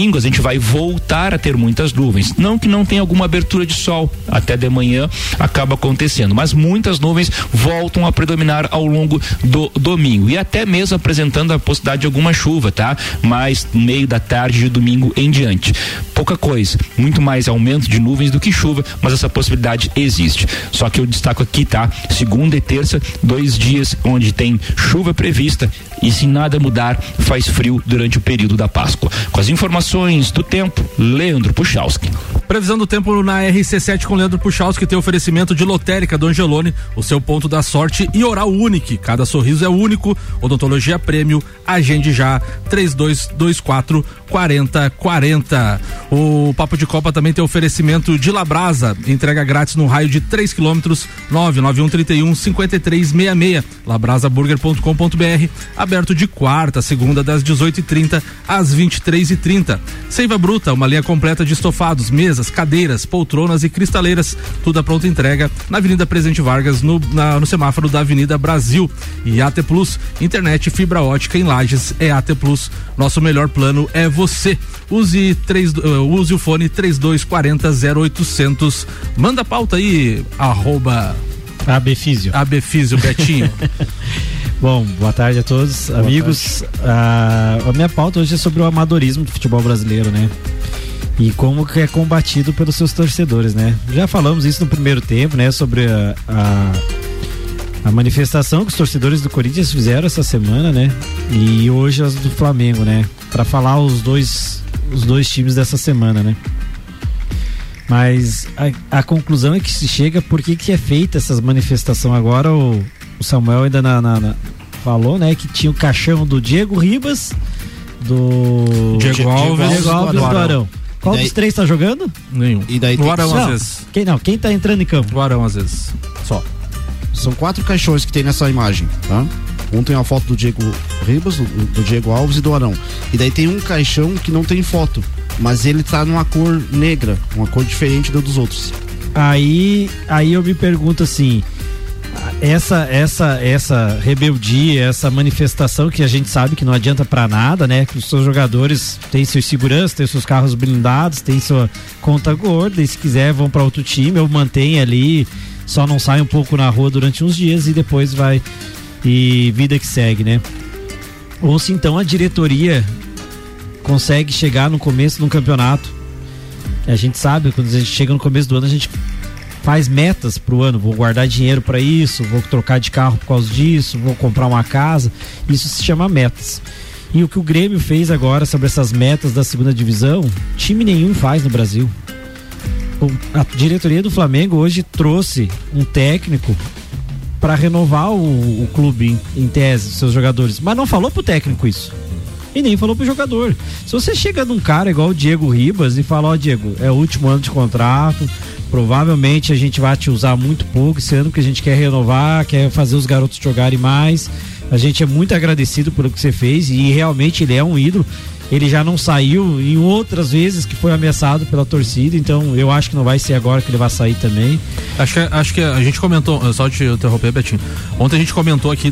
S19: domingo a gente vai voltar a ter muitas nuvens. Não que não tenha alguma abertura de sol, até de manhã acaba acontecendo, mas muitas nuvens voltam a predominar ao longo do domingo e até mesmo apresentando a possibilidade de alguma chuva, tá? Mas no meio da tarde de domingo em diante. Pouca coisa, muito mais aumento de nuvens do que chuva, mas essa possibilidade existe. Só que eu destaco aqui, tá? Segunda e terça, 2 dias onde tem chuva prevista e se nada mudar, faz frio durante o período da Páscoa. Com as informações do tempo, Leandro Puchalski.
S2: Previsão do tempo na RC7 com Leandro Puchalski, tem oferecimento de Lotérica do Angelone, o seu ponto da sorte, e Oral Unique, cada sorriso é único. Odontologia Prêmio, agende já, 3224 4040. O Papo de Copa também tem oferecimento de Labrasa, entrega grátis no raio de 3 km, 99131 5366, labrasaburger.com.br, aberto de quarta a segunda das 18h30 às 23h30. Seiva Bruta, uma linha completa de estofados, mesas, cadeiras, poltronas e cristaleiras, tudo à pronta entrega na Avenida Presidente Vargas, no semáforo da Avenida Brasil. E AT Plus, internet fibra ótica em Lages, é AT Plus, nosso melhor plano é você. Use o fone 3240 0800. Manda a pauta aí,
S5: @ABFísio
S2: Betinho.
S5: Bom, boa tarde a todos, amigos. A minha pauta hoje é sobre o amadorismo do futebol brasileiro, né? E como que é combatido pelos seus torcedores, né? Já falamos isso no primeiro tempo, né? Sobre a manifestação que os torcedores do Corinthians fizeram essa semana, né? E hoje as do Flamengo, né? Para falar os dois times dessa semana, né? Mas a conclusão é que se chega, por que é feita essas manifestações agora? O Samuel ainda falou, né? Que tinha o caixão do Diego Ribas, do
S2: Diego Alves
S5: e do Arão. Qual dos três tá jogando?
S2: Nenhum.
S4: E daí
S2: o Arão às vezes.
S5: Quem tá entrando em campo?
S2: O Arão às vezes. Só.
S4: São 4 caixões que tem nessa imagem, tá? Um tem a foto do Diego Ribas, do Diego Alves e do Arão. E daí tem um caixão que não tem foto, mas ele tá numa cor negra, uma cor diferente dos outros.
S5: Aí eu me pergunto assim, essa rebeldia, essa manifestação que a gente sabe que não adianta pra nada, né? Que os seus jogadores têm seus seguranças, têm seus carros blindados, têm sua conta gorda, e se quiser vão pra outro time ou mantém ali, só não sai um pouco na rua durante uns dias e depois vai, e vida que segue, né? Ou se então a diretoria consegue chegar no começo de um campeonato, a gente sabe, quando a gente chega no começo do ano, a gente faz metas pro ano, vou guardar dinheiro para isso, vou trocar de carro por causa disso, vou comprar uma casa, isso se chama metas. E o que o Grêmio fez agora sobre essas metas da segunda divisão, time nenhum faz no Brasil. A diretoria do Flamengo hoje trouxe um técnico para renovar o clube em tese, seus jogadores, mas não falou pro técnico isso e nem falou pro jogador. Se você chega num cara igual o Diego Ribas e fala, Diego, é o último ano de contrato, provavelmente a gente vai te usar muito pouco esse ano porque a gente quer renovar, quer fazer os garotos jogarem mais, a gente é muito agradecido pelo que você fez e realmente ele é um ídolo. Ele já não saiu em outras vezes que foi ameaçado pela torcida, então eu acho que não vai ser agora que ele vai sair também.
S2: Acho que a gente comentou, só te interromper, Betinho. Ontem a gente comentou aqui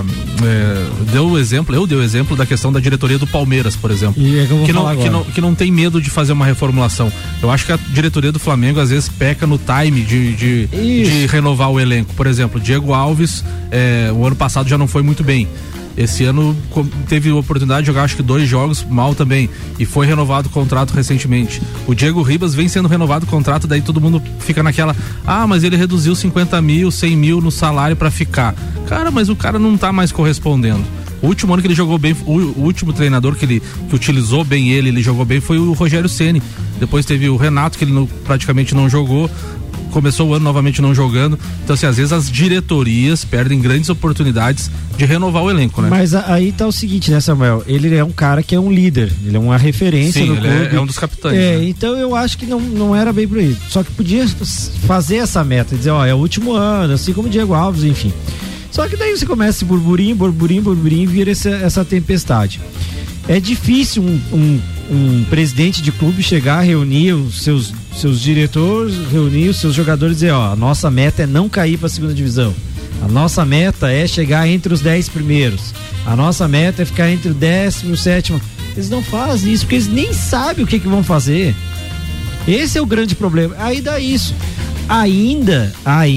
S2: eu dei o exemplo da questão da diretoria do Palmeiras, por exemplo.
S5: E é que
S2: que não tem medo de fazer uma reformulação. Eu acho que a diretoria do Flamengo às vezes peca no time de renovar o elenco. Por exemplo, Diego Alves, o ano passado já não foi muito bem. Esse ano teve a oportunidade de jogar acho que 2 jogos mal também e foi renovado o contrato recentemente. O Diego Ribas vem sendo renovado o contrato, daí todo mundo fica naquela, mas ele reduziu 50 mil, 100 mil no salário pra ficar. Cara, mas o cara não tá mais correspondendo. O último ano que ele jogou bem, o último treinador que utilizou bem ele jogou bem foi o Rogério Ceni. Depois teve o Renato, que ele praticamente não jogou. Começou o ano novamente não jogando. Então, assim, às vezes as diretorias perdem grandes oportunidades de renovar o elenco, né?
S5: Mas aí tá o seguinte, né, Samuel? Ele é um cara que é um líder, ele é uma referência.
S2: Sim,
S5: no
S2: ele
S5: clube.
S2: É um dos capitães. Né?
S5: Então eu acho que não era bem por aí. Só que podia fazer essa meta, dizer, é o último ano, assim como o Diego Alves, enfim. Só que daí você começa esse burburinho e vira essa tempestade. É difícil um presidente de clube chegar a reunir os seus diretores, reunir os seus jogadores e dizer, a nossa meta é não cair para a segunda divisão. A nossa meta é chegar entre os 10 primeiros. A nossa meta é ficar entre o 17º. Eles não fazem isso porque eles nem sabem o que vão fazer. Esse é o grande problema. Aí dá isso. Ainda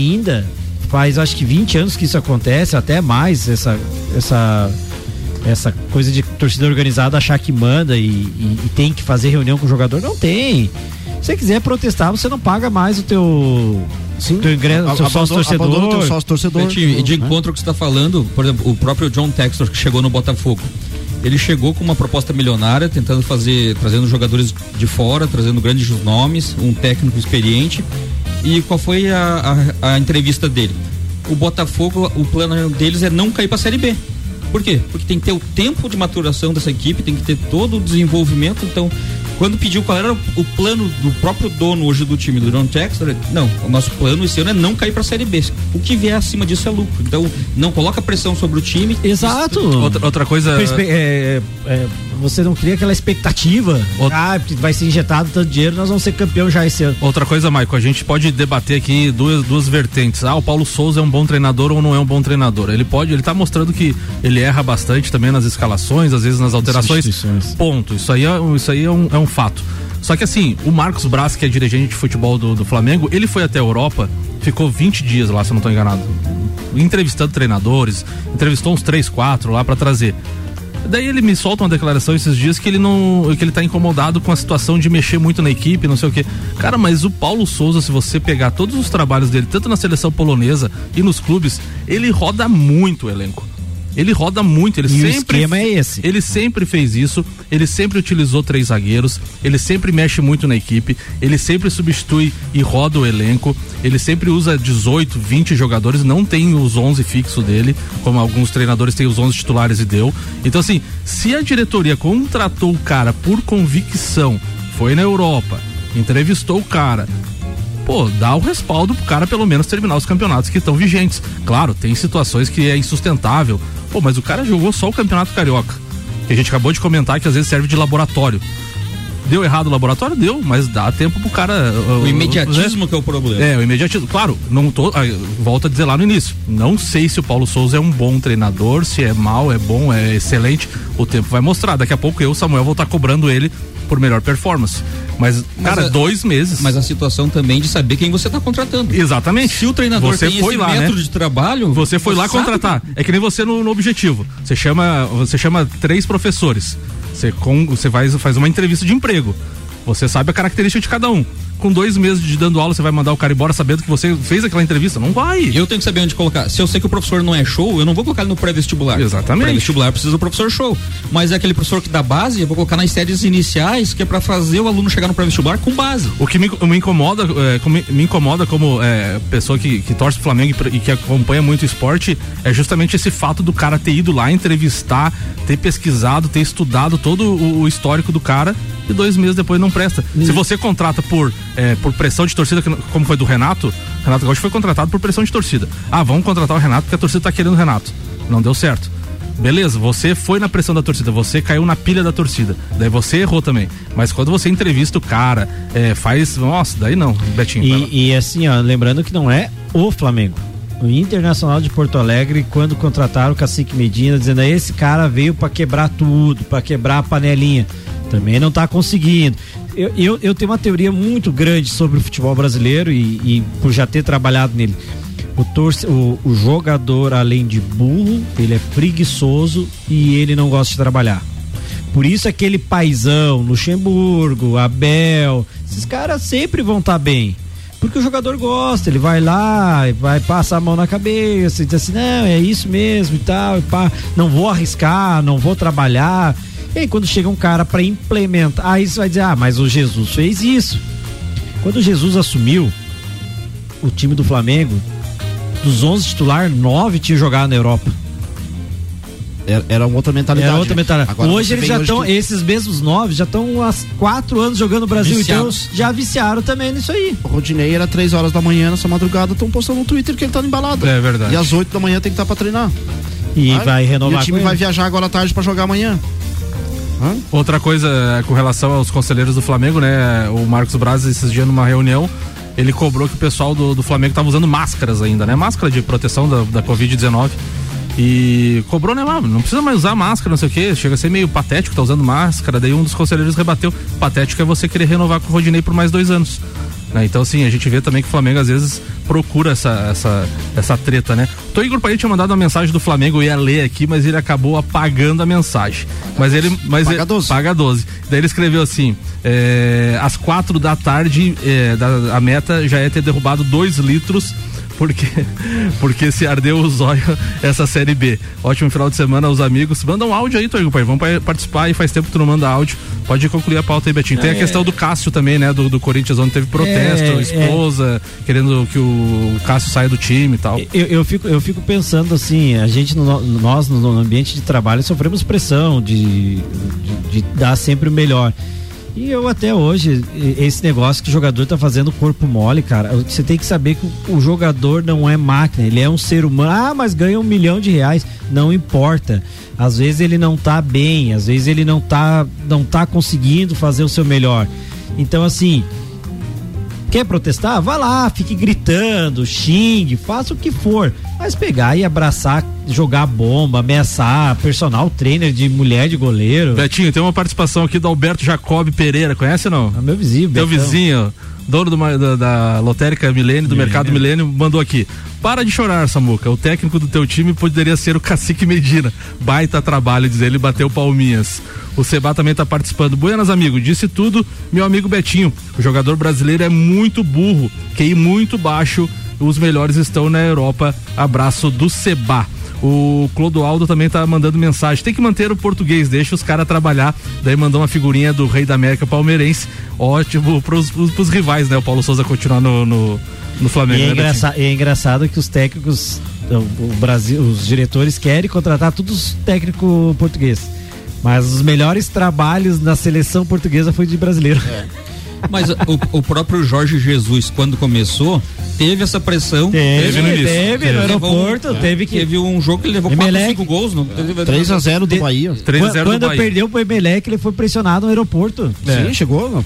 S5: faz acho que 20 anos que isso acontece, até mais, essa coisa de torcida organizada achar que manda e tem que fazer reunião com o jogador. Não tem. Se você quiser protestar, você não paga mais o teu ingresso, seu sócio torcedor.
S7: E de encontro que você está falando, por exemplo, o próprio John Textor, que chegou no Botafogo, ele chegou com uma proposta milionária, trazendo jogadores de fora, trazendo grandes nomes, um técnico experiente. E qual foi a entrevista dele? O Botafogo, o plano deles é não cair para a Série B. Por quê? Porque tem que ter o tempo de maturação dessa equipe, tem que ter todo o desenvolvimento. Então, quando pediu qual era o plano do próprio dono hoje do time, do John Textor, não, o nosso plano esse ano é não cair para a Série B. O que vier acima disso é lucro. Então, não coloca pressão sobre o time.
S5: Exato.
S2: Outra coisa...
S5: você não cria aquela expectativa. Vai ser injetado tanto dinheiro, nós vamos ser campeão já esse ano.
S2: Outra coisa, Maicon, a gente pode debater aqui duas vertentes. O Paulo Souza é um bom treinador ou não é um bom treinador? Ele tá mostrando que ele erra bastante também nas escalações, às vezes nas alterações. Ponto. Isso aí é um fato. Só que assim, o Marcos Braz, que é dirigente de futebol do Flamengo, ele foi até a Europa, ficou 20 dias lá, se eu não estou enganado, entrevistando treinadores, entrevistou uns 3, 4 lá para trazer. Daí ele me solta uma declaração esses dias que ele tá incomodado com a situação de mexer muito na equipe, não sei o quê. Cara, mas o Paulo Souza, se você pegar todos os trabalhos dele, tanto na seleção polonesa e nos clubes, ele roda muito o elenco. Ele roda muito, o esquema é esse. Ele sempre fez isso, ele sempre utilizou 3 zagueiros, ele sempre mexe muito na equipe, ele sempre substitui e roda o elenco, ele sempre usa 18, 20 jogadores, não tem os 11 fixos dele, como alguns treinadores têm os 11 titulares e deu. Então assim, se a diretoria contratou o cara por convicção, foi na Europa, entrevistou o cara, dá o respaldo pro cara pelo menos terminar os campeonatos que estão vigentes. Claro, tem situações que é insustentável. Mas o cara jogou só o Campeonato Carioca, que a gente acabou de comentar que às vezes serve de laboratório. Deu errado o laboratório? Deu, mas dá tempo pro cara...
S7: O imediatismo que é o problema.
S2: O imediatismo. Claro, volto a dizer lá no início, não sei se o Paulo Souza é um bom treinador, se é mal, é bom, é excelente, o tempo vai mostrar. Daqui a pouco eu, Samuel, vou estar cobrando ele por melhor performance. Mas 2 meses.
S7: Mas a situação também de saber quem você está contratando.
S2: Exatamente.
S7: Se o treinador tem esse método de trabalho...
S2: Você foi lá contratar. É que nem você no Objetivo. Você chama 3 professores. Você faz uma entrevista de emprego. Você sabe a característica de cada um. Com 2 meses de dando aula, você vai mandar o cara embora sabendo que você fez aquela entrevista? Não vai.
S7: Eu tenho que saber onde colocar. Se eu sei que o professor não é show, eu não vou colocar ele no pré-vestibular.
S2: Exatamente.
S7: Pré-vestibular precisa do professor show. Mas é aquele professor que dá base, eu vou colocar nas séries iniciais, que é pra fazer o aluno chegar no pré-vestibular com base.
S2: O que me incomoda como pessoa que torce pro Flamengo e que acompanha muito o esporte, é justamente esse fato do cara ter ido lá entrevistar, ter pesquisado, ter estudado todo o histórico do cara e 2 meses depois não presta. Se você contrata por pressão de torcida, como foi do Renato Gaúcho foi contratado por pressão de torcida. Vamos contratar o Renato porque a torcida tá querendo o Renato. Não deu certo. Beleza, você foi na pressão da torcida, você caiu na pilha da torcida, daí você errou também. Mas quando você entrevista o cara, daí não, Betinho.
S5: E assim, lembrando que não é o Flamengo. O Internacional de Porto Alegre, quando contrataram o Cacique Medina, dizendo esse cara veio para quebrar tudo, para quebrar a panelinha. Também não tá conseguindo. Eu tenho uma teoria muito grande sobre o futebol brasileiro e por já ter trabalhado nele. O jogador, além de burro, ele é preguiçoso e ele não gosta de trabalhar. Por isso aquele paizão, Luxemburgo, Abel, esses caras sempre vão estar bem. Porque o jogador gosta, ele vai lá, vai passar a mão na cabeça e diz assim, não, é isso mesmo e tal, não vou arriscar, não vou trabalhar. E aí quando chega um cara para implementar, aí você vai dizer, mas o Jesus fez isso. Quando o Jesus assumiu o time do Flamengo, dos 11 titulares, 9 tinham jogado na Europa.
S4: Era uma outra mentalidade.
S5: Era outra mentalidade.
S4: Agora
S5: hoje eles já estão, esses mesmos 9 já estão há 4 anos jogando no Brasil, viciados. Então já viciaram também nisso aí.
S4: O Rodinei era 3 horas da manhã, nessa madrugada, estão postando no Twitter que ele tá embalado.
S2: É verdade.
S4: E às 8 da manhã tem que estar pra treinar.
S5: E vai renovar.
S4: E o time vai viajar agora à tarde pra jogar amanhã.
S2: Outra coisa com relação aos conselheiros do Flamengo, né? O Marcos Braz, esses dias numa reunião, ele cobrou que o pessoal do Flamengo tava usando máscaras ainda, né? Máscara de proteção da Covid-19. e cobrou, né? Não precisa mais usar máscara, não sei o que, chega a ser meio patético, tá usando máscara. Daí um dos conselheiros rebateu: patético é você querer renovar com o Rodinei por mais 2 anos. Então, assim, a gente vê também que o Flamengo às vezes procura essa treta, né? O Igor Paí tinha mandado uma mensagem do Flamengo, eu ia ler aqui, mas ele acabou apagando a mensagem. Paga 12. Daí ele escreveu assim: às 4 da tarde, a meta já é ter derrubado 2 litros. Porque se ardeu o zóio essa Série B. Ótimo final de semana aos amigos. Manda um áudio aí, Igor Paí. Vamos participar, e faz tempo que tu não manda áudio. Pode concluir a pauta aí, Betinho. Tem a questão do Cássio também, né? Do Corinthians, onde teve protesto, esposa querendo que o Cássio saia do time e tal.
S5: Eu fico pensando assim, a gente, nós no ambiente de trabalho sofremos pressão de dar sempre o melhor. E eu até hoje, esse negócio que o jogador tá fazendo corpo mole, cara, você tem que saber que o jogador não é máquina, ele é um ser humano. Mas ganha R$1 milhão, não importa. Às vezes ele não tá bem, às vezes ele não tá conseguindo fazer o seu melhor. Então, assim, quer protestar? Vá lá, fique gritando, xingue, faça o que for. Mas pegar e abraçar, jogar bomba, ameaçar personal trainer de mulher de goleiro.
S2: Betinho, tem uma participação aqui do Alberto Jacob Pereira, conhece ou não?
S5: É meu vizinho,
S2: Teu vizinho, dono da lotérica Milênio, do Mercado Milênio, mandou aqui: para de chorar, Samuca, o técnico do teu time poderia ser o Cacique Medina. Baita trabalho, diz ele, bateu palminhas. O Seba também tá participando. Buenas, amigo, disse tudo meu amigo Betinho. O jogador brasileiro é muito burro, QI muito baixo, os melhores estão na Europa. Abraço do Seba. O Clodoaldo também tá mandando mensagem: tem que manter o português, deixa os caras trabalhar. Daí mandou uma figurinha do Rei da América palmeirense, ótimo pros rivais, né? O Paulo Souza continuar no Flamengo.
S5: E é engraçado que os técnicos, o Brasil, os diretores querem contratar todos os técnicos portugueses, mas os melhores trabalhos na seleção portuguesa foi de brasileiro.
S7: Mas o próprio Jorge Jesus, quando começou, teve essa pressão.
S5: Teve no aeroporto.
S7: Teve um jogo que ele levou 4, 5 gols.
S4: 3-0 do Bahia.
S5: 3-0 quando perdeu pro Emelec, ele foi pressionado no aeroporto.
S4: Sim, chegou.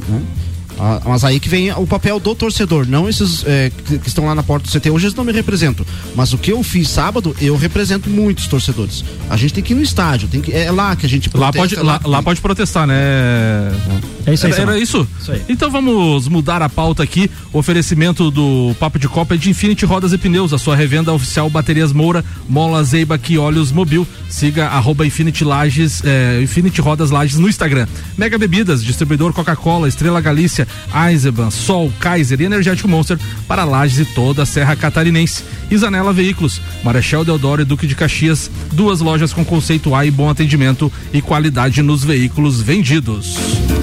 S4: Mas aí que vem o papel do torcedor, não esses que estão lá na porta do CT. Hoje eles não me representam, mas o que eu fiz sábado, eu represento muitos torcedores. A gente tem que ir no estádio, é lá que a gente protesta.
S2: Lá pode protestar, né?
S5: É isso aí.
S2: Era isso?
S5: Isso aí.
S2: Então vamos mudar a pauta aqui. O oferecimento do Papo de Copa é de Infinity Rodas e Pneus, a sua revenda oficial Baterias Moura, Mola, Zeibach e Óleos Mobil. Siga @Infinity Lages, Infinity Rodas Lages no Instagram. Mega Bebidas, distribuidor Coca-Cola, Estrela Galícia, Eisenbahn, Sol, Kaiser e Energético Monster para Lages e toda a Serra Catarinense. Isanela Veículos, Marechal Deodoro e Duque de Caxias, 2 lojas com conceito A e bom atendimento e qualidade nos veículos vendidos.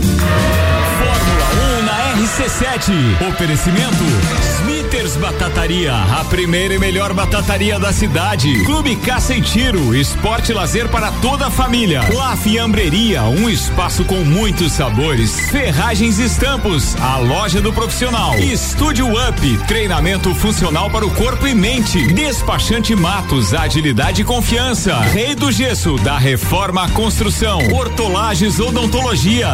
S16: Fórmula 1 na RC7. Oferecimento Smithers Batataria, a primeira e melhor batataria da cidade. Clube Caça e Tiro, esporte e lazer para toda a família. La Fiambreria, um espaço com muitos sabores. Ferragens e Estampos, a loja do profissional. Estúdio Up, treinamento funcional para o corpo e mente. Despachante Matos, agilidade e confiança. Rei do Gesso, da Reforma à Construção. Hortolagens Odontologia,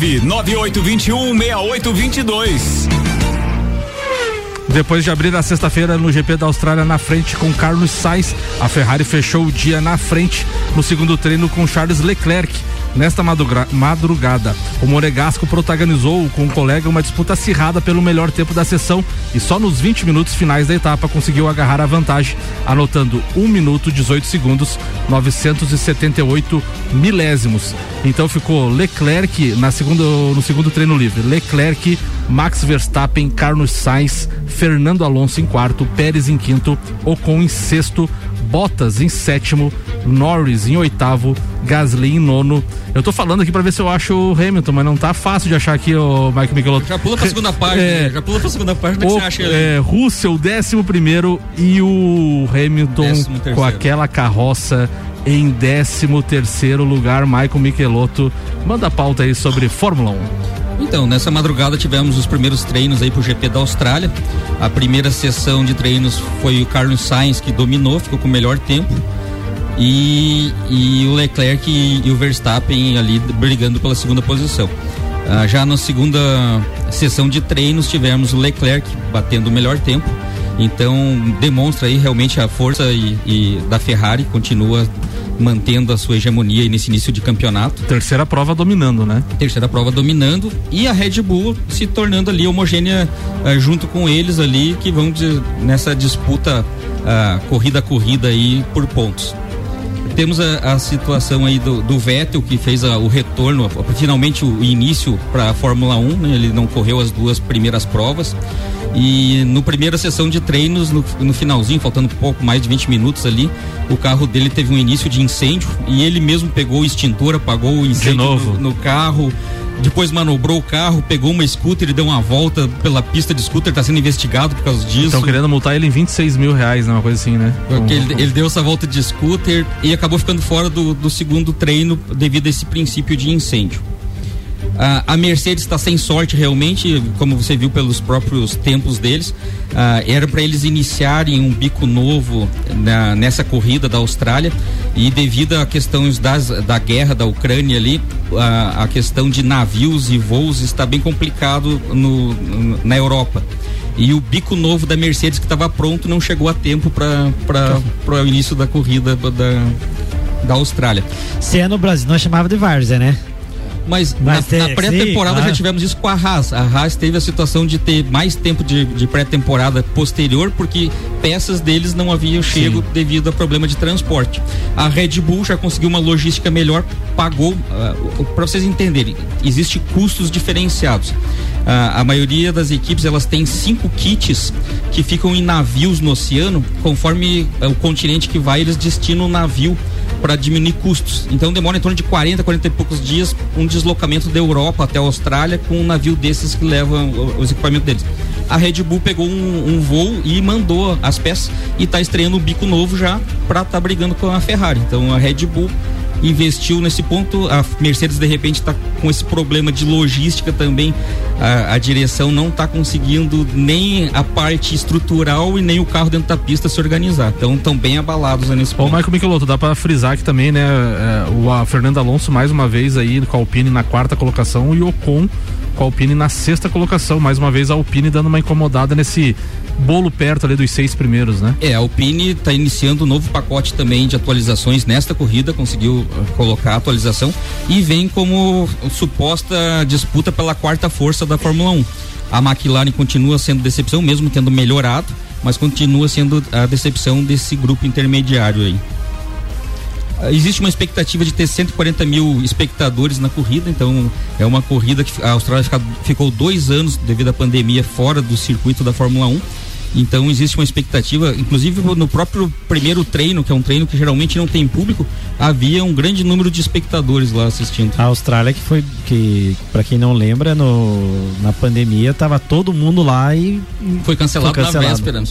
S16: 998216822.
S2: Depois de abrir a sexta-feira no GP da Austrália na frente com Carlos Sainz, a Ferrari fechou o dia na frente no segundo treino com Charles Leclerc. Nesta madrugada, o monegasco protagonizou com um colega uma disputa acirrada pelo melhor tempo da sessão e só nos 20 minutos finais da etapa conseguiu agarrar a vantagem, anotando 1 minuto 18 segundos 978 milésimos. Então ficou Leclerc no segundo treino livre, Leclerc, Max Verstappen, Carlos Sainz, Fernando Alonso em quarto, Pérez em quinto, Ocon em sexto, Bottas em sétimo, Norris em oitavo, Gasly em nono. Eu tô falando aqui pra ver se eu acho o Hamilton, mas não tá fácil de achar aqui o Mike Michelotto.
S7: Já pula pra segunda página, como é que você acha ele?
S2: Russell, 11º, e o Hamilton com aquela carroça em 13º lugar. Michael Michelotto, manda a pauta aí sobre Fórmula 1.
S7: Então, nessa madrugada tivemos os primeiros treinos aí pro GP da Austrália. A primeira sessão de treinos foi o Carlos Sainz que dominou, ficou com o melhor tempo. E o Leclerc e o Verstappen ali brigando pela segunda posição. Já na segunda sessão de treinos tivemos o Leclerc batendo o melhor tempo Então demonstra aí realmente a força e da Ferrari, continua mantendo a sua hegemonia nesse início de campeonato.
S2: Terceira prova dominando, né?
S7: Terceira prova dominando, e a Red Bull se tornando ali homogênea junto com eles ali, que vão nessa disputa corrida a corrida aí por pontos. Temos a situação aí do Vettel, que fez o retorno, finalmente o início para a Fórmula 1, né? Ele não correu as duas primeiras provas, e no primeira sessão de treinos, no finalzinho, faltando pouco mais de 20 minutos ali, o carro dele teve um início de incêndio, e ele mesmo pegou o extintor, apagou o incêndio no carro. Depois manobrou o carro, pegou uma scooter e deu uma volta pela pista de scooter, tá sendo investigado por causa disso.
S2: Estão querendo multar ele em R$26 mil, né? Uma coisa assim, né?
S7: Porque ele deu essa volta de scooter e acabou ficando fora do segundo treino devido a esse princípio de incêndio. A Mercedes está sem sorte realmente, como você viu pelos próprios tempos deles. Era para eles iniciarem um bico novo nessa corrida da Austrália, e devido a questões da guerra da Ucrânia ali, a questão de navios e voos está bem complicado na Europa. E o bico novo da Mercedes, que estava pronto, não chegou a tempo para o início da corrida da Austrália.
S5: Se é no Brasil, nós chamava de Várzea, né?
S7: Mas na pré-temporada já tivemos isso com a Haas. A Haas teve a situação de ter mais tempo de pré-temporada posterior, porque peças deles não haviam chego devido a problema de transporte. A Red Bull já conseguiu uma logística melhor, pagou, para vocês entenderem, existe custos diferenciados. A maioria das equipes, elas têm 5 kits que ficam em navios no oceano, conforme o continente que vai, eles destinam o navio para diminuir custos. Então demora em torno de 40 e poucos dias um deslocamento da Europa até a Austrália com um navio desses que levam os equipamentos deles. A Red Bull pegou um voo e mandou as peças e está estreando um bico novo já para estar brigando com a Ferrari. Então a Red Bull investiu nesse ponto. A Mercedes de repente está com esse problema de logística também. A direção não está conseguindo nem a parte estrutural e nem o carro dentro da pista se organizar. Então estão bem abalados nesse ponto.
S2: Ô Michael Michelotto, dá para frisar que também, né, o Fernando Alonso mais uma vez aí com a Alpine na 4ª colocação e o Ocon com a Alpine na 6ª colocação. Mais uma vez a Alpine dando uma incomodada nesse bolo perto ali dos 6 primeiros, né?
S7: A Alpine está iniciando um novo pacote também de atualizações nesta corrida, conseguiu colocar a atualização e vem como suposta disputa pela 4ª força da Fórmula 1. A McLaren continua sendo decepção, mesmo tendo melhorado, mas continua sendo a decepção desse grupo intermediário aí. Existe uma expectativa de ter 140 mil espectadores na corrida, então é uma corrida que a Austrália ficou 2 anos devido à pandemia fora do circuito da Fórmula 1. Então existe uma expectativa, inclusive no próprio primeiro treino, que é um treino que geralmente não tem público, havia um grande número de espectadores lá assistindo.
S5: A Austrália que para quem não lembra, na pandemia tava todo mundo lá e
S7: foi cancelado na véspera.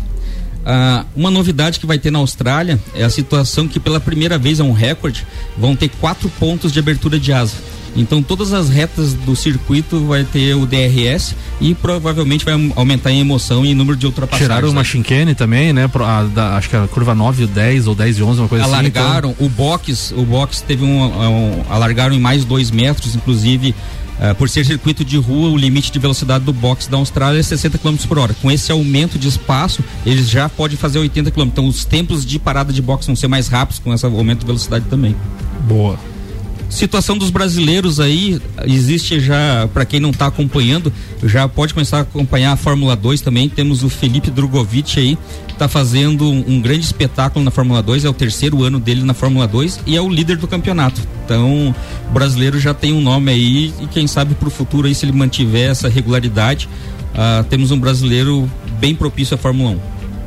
S7: Uma novidade que vai ter na Austrália é a situação que pela primeira vez é um recorde, vão ter 4 pontos de abertura de asa. Então todas as retas do circuito vai ter o DRS e provavelmente vai aumentar em emoção e número de ultrapassagens.
S2: Tiraram uma chicane também, né? Acho que a curva 9, 10 ou 10 e 11, uma coisa
S7: alargaram,
S2: assim.
S7: Então... o box teve alargaram em mais 2 metros, inclusive por ser circuito de rua, o limite de velocidade do box da Austrália é 60 km por hora. Com esse aumento de espaço, eles já podem fazer 80 km. Então os tempos de parada de box vão ser mais rápidos com esse aumento de velocidade também.
S2: Boa.
S7: Situação dos brasileiros aí, existe já, para quem não está acompanhando, já pode começar a acompanhar a Fórmula 2 também. Temos o Felipe Drogovic aí, que está fazendo um grande espetáculo na Fórmula 2, é o 3º ano dele na Fórmula 2 e é o líder do campeonato. Então, o brasileiro já tem um nome aí e quem sabe pro futuro aí, se ele mantiver essa regularidade, temos um brasileiro bem propício à Fórmula 1.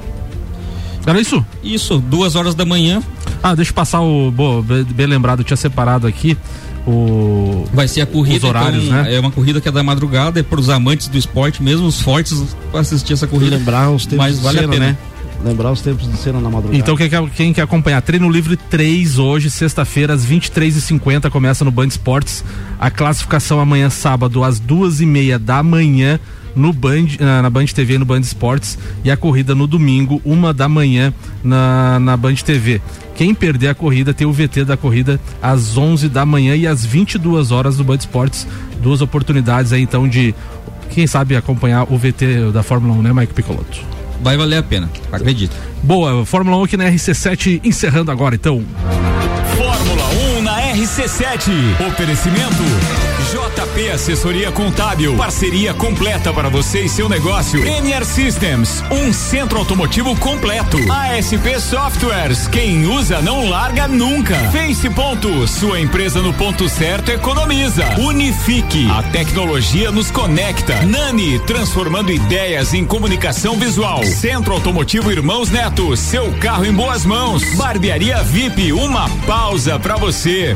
S2: Era isso?
S7: Isso, 2h da manhã.
S2: Deixa eu passar bem lembrado, eu tinha separado aqui
S7: vai ser a corrida,
S2: os horários,
S7: então,
S2: né?
S7: É uma corrida que é da madrugada, é para os amantes do esporte, mesmo os fortes, para assistir essa corrida.
S4: Lembrar os tempos,
S7: mas vale a pena,
S4: né? Lembrar os tempos de cena na madrugada.
S2: Então quem quer acompanhar, Treino Livre 3 hoje, sexta-feira, às 23h50, começa no Band Esportes. A classificação amanhã, sábado, às 2h30 da manhã, no na Band TV e no Band Esportes, e a corrida no domingo, 1 da manhã na Band TV. Quem perder a corrida tem o VT da corrida às 11 da manhã e às 22 horas no Band Esportes. 2 oportunidades aí então de, quem sabe, acompanhar o VT da Fórmula 1, né, Mike Michelotto?
S7: vai valer a pena, acredito.
S2: Boa, Fórmula 1 aqui na RC7, encerrando agora então.
S16: Fórmula 1 na RC7. Oferecimento JP Assessoria Contábil. Parceria completa para você e seu negócio. NR Systems, um centro automotivo completo. ASP Softwares, quem usa não larga nunca. Face Ponto, sua empresa no ponto certo economiza. Unifique, a tecnologia nos conecta. Nani, transformando ideias em comunicação visual. Centro Automotivo Irmãos Neto, seu carro em boas mãos. Barbearia VIP, uma pausa pra você.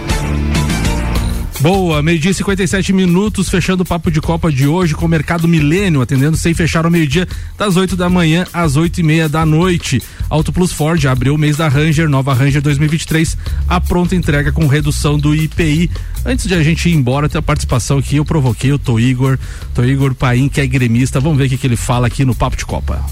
S2: Boa, 12:57, fechando o Papo de Copa de hoje com o Mercado Milênio, atendendo sem fechar ao meio-dia, das 8 da manhã às 8:30 da noite. Auto Plus Ford abriu o mês da Ranger, nova Ranger 2023, a pronta entrega com redução do IPI. Antes de a gente ir embora, tem a participação aqui, eu provoquei o Tô Igor Paim, que é gremista, vamos ver o que ele fala aqui no Papo de Copa.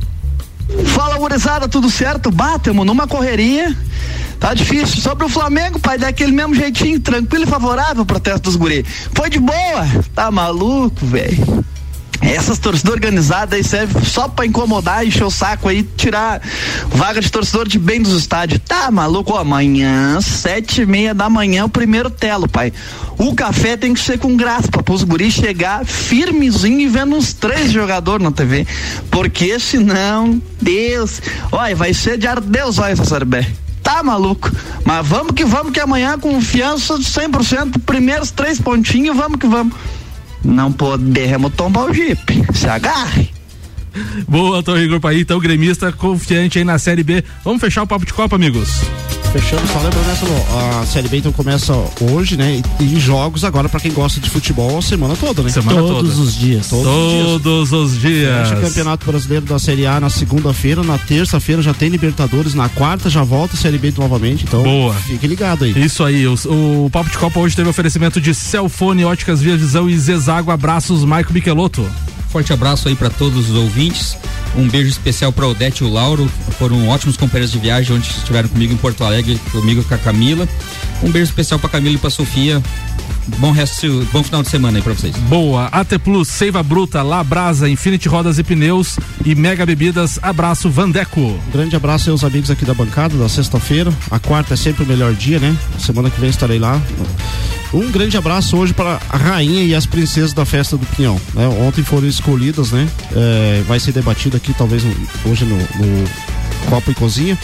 S20: Fala, gurizada, tudo certo? Batemos numa correria, tá difícil. Sobre o Flamengo, pai, daquele mesmo jeitinho, tranquilo e favorável o protesto dos guri. Foi de boa, tá maluco, velho? Essas torcidas organizadas aí servem só pra incomodar, encher o saco aí, tirar vaga de torcedor de bem dos estádios. Tá maluco? Ó, amanhã, 7:30 da manhã, o primeiro telo, pai. O café tem que ser com graça pra os guris chegar firmezinho e vendo uns 3 jogadores na TV. Porque senão, Deus, olha, vai ser de arder os olhos essa Série B. Tá maluco? Mas vamos que amanhã, confiança de 100%, primeiros 3 pontinhos, vamos que vamos. Não podemos tombar o Jeep. Se agarre.
S2: Boa, Tô Igor Paim, então gremista confiante aí na Série B. Vamos fechar o Papo de Copa, amigos?
S4: Fechando, só lembrando, a Série B então começa hoje, né? E jogos agora pra quem gosta de futebol a semana toda, né?
S5: Todos os dias.
S2: Todos os dias.
S4: Fecha o Campeonato Brasileiro da Série A na segunda-feira, na terça-feira já tem Libertadores, na quarta já volta a Série B novamente, então
S2: boa.
S4: Fique ligado aí.
S2: Isso aí, o Papo de Copa hoje teve oferecimento de Celfone, Óticas Via Visão e Zezago. Abraços, Maico Michelotto.
S7: Forte abraço aí para todos os ouvintes. Um beijo especial para Odete e o Lauro, foram ótimos companheiros de viagem onde estiveram comigo em Porto Alegre, comigo com a Camila. Um beijo especial para Camila e para Sofia. Bom final de semana aí pra vocês.
S2: Boa, AT Plus, Seiva Bruta, Labrasa, Infinity Rodas e Pneus e Mega Bebidas. Abraço, Vandeco.
S4: Um grande abraço aos amigos aqui da bancada da sexta-feira. A quarta é sempre o melhor dia, né? Semana que vem estarei lá. Um grande abraço hoje para a rainha e as princesas da festa do Pinhão, né? Ontem foram escolhidas, né? Vai ser debatido aqui talvez hoje no Copa e Cozinha,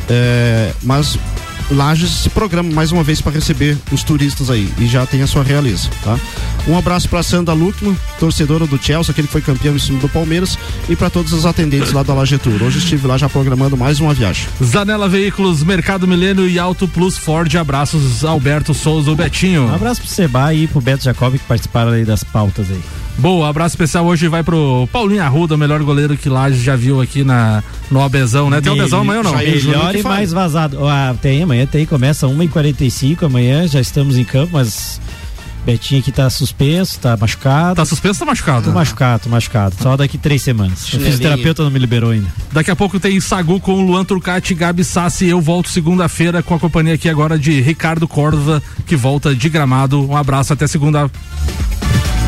S4: mas Lages se programa mais uma vez para receber os turistas aí e já tem a sua realeza, tá? Um abraço para Sandra Luckman, torcedora do Chelsea, aquele que foi campeão em cima do Palmeiras, e para todos os atendentes lá da Lagetur. Hoje estive lá já programando mais uma viagem.
S2: Zanela Veículos, Mercado Milênio e Auto Plus Ford. Abraços, Alberto Souza, o Betinho.
S5: Um abraço pro Seba e pro Beto Jacob que participaram aí das pautas aí.
S2: Boa, abraço especial hoje vai pro Paulinho Arruda, o melhor goleiro que Lages já viu aqui no Obezão, né? Tem Obezão amanhã ou não?
S5: Melhor e mais vazado. Amanhã tem, começa 1h45, amanhã já estamos em campo, mas Betinho aqui tá suspenso, tá machucado.
S2: Tá suspenso ou tá machucado?
S5: Tô machucado. Só daqui 3 semanas. O fisioterapeuta não me liberou ainda.
S2: Daqui a pouco tem Sagu com Luan Turcati, Gabi Sassi. Eu volto segunda-feira com a companhia aqui agora de Ricardo Córdova, que volta de Gramado. Um abraço, até segunda.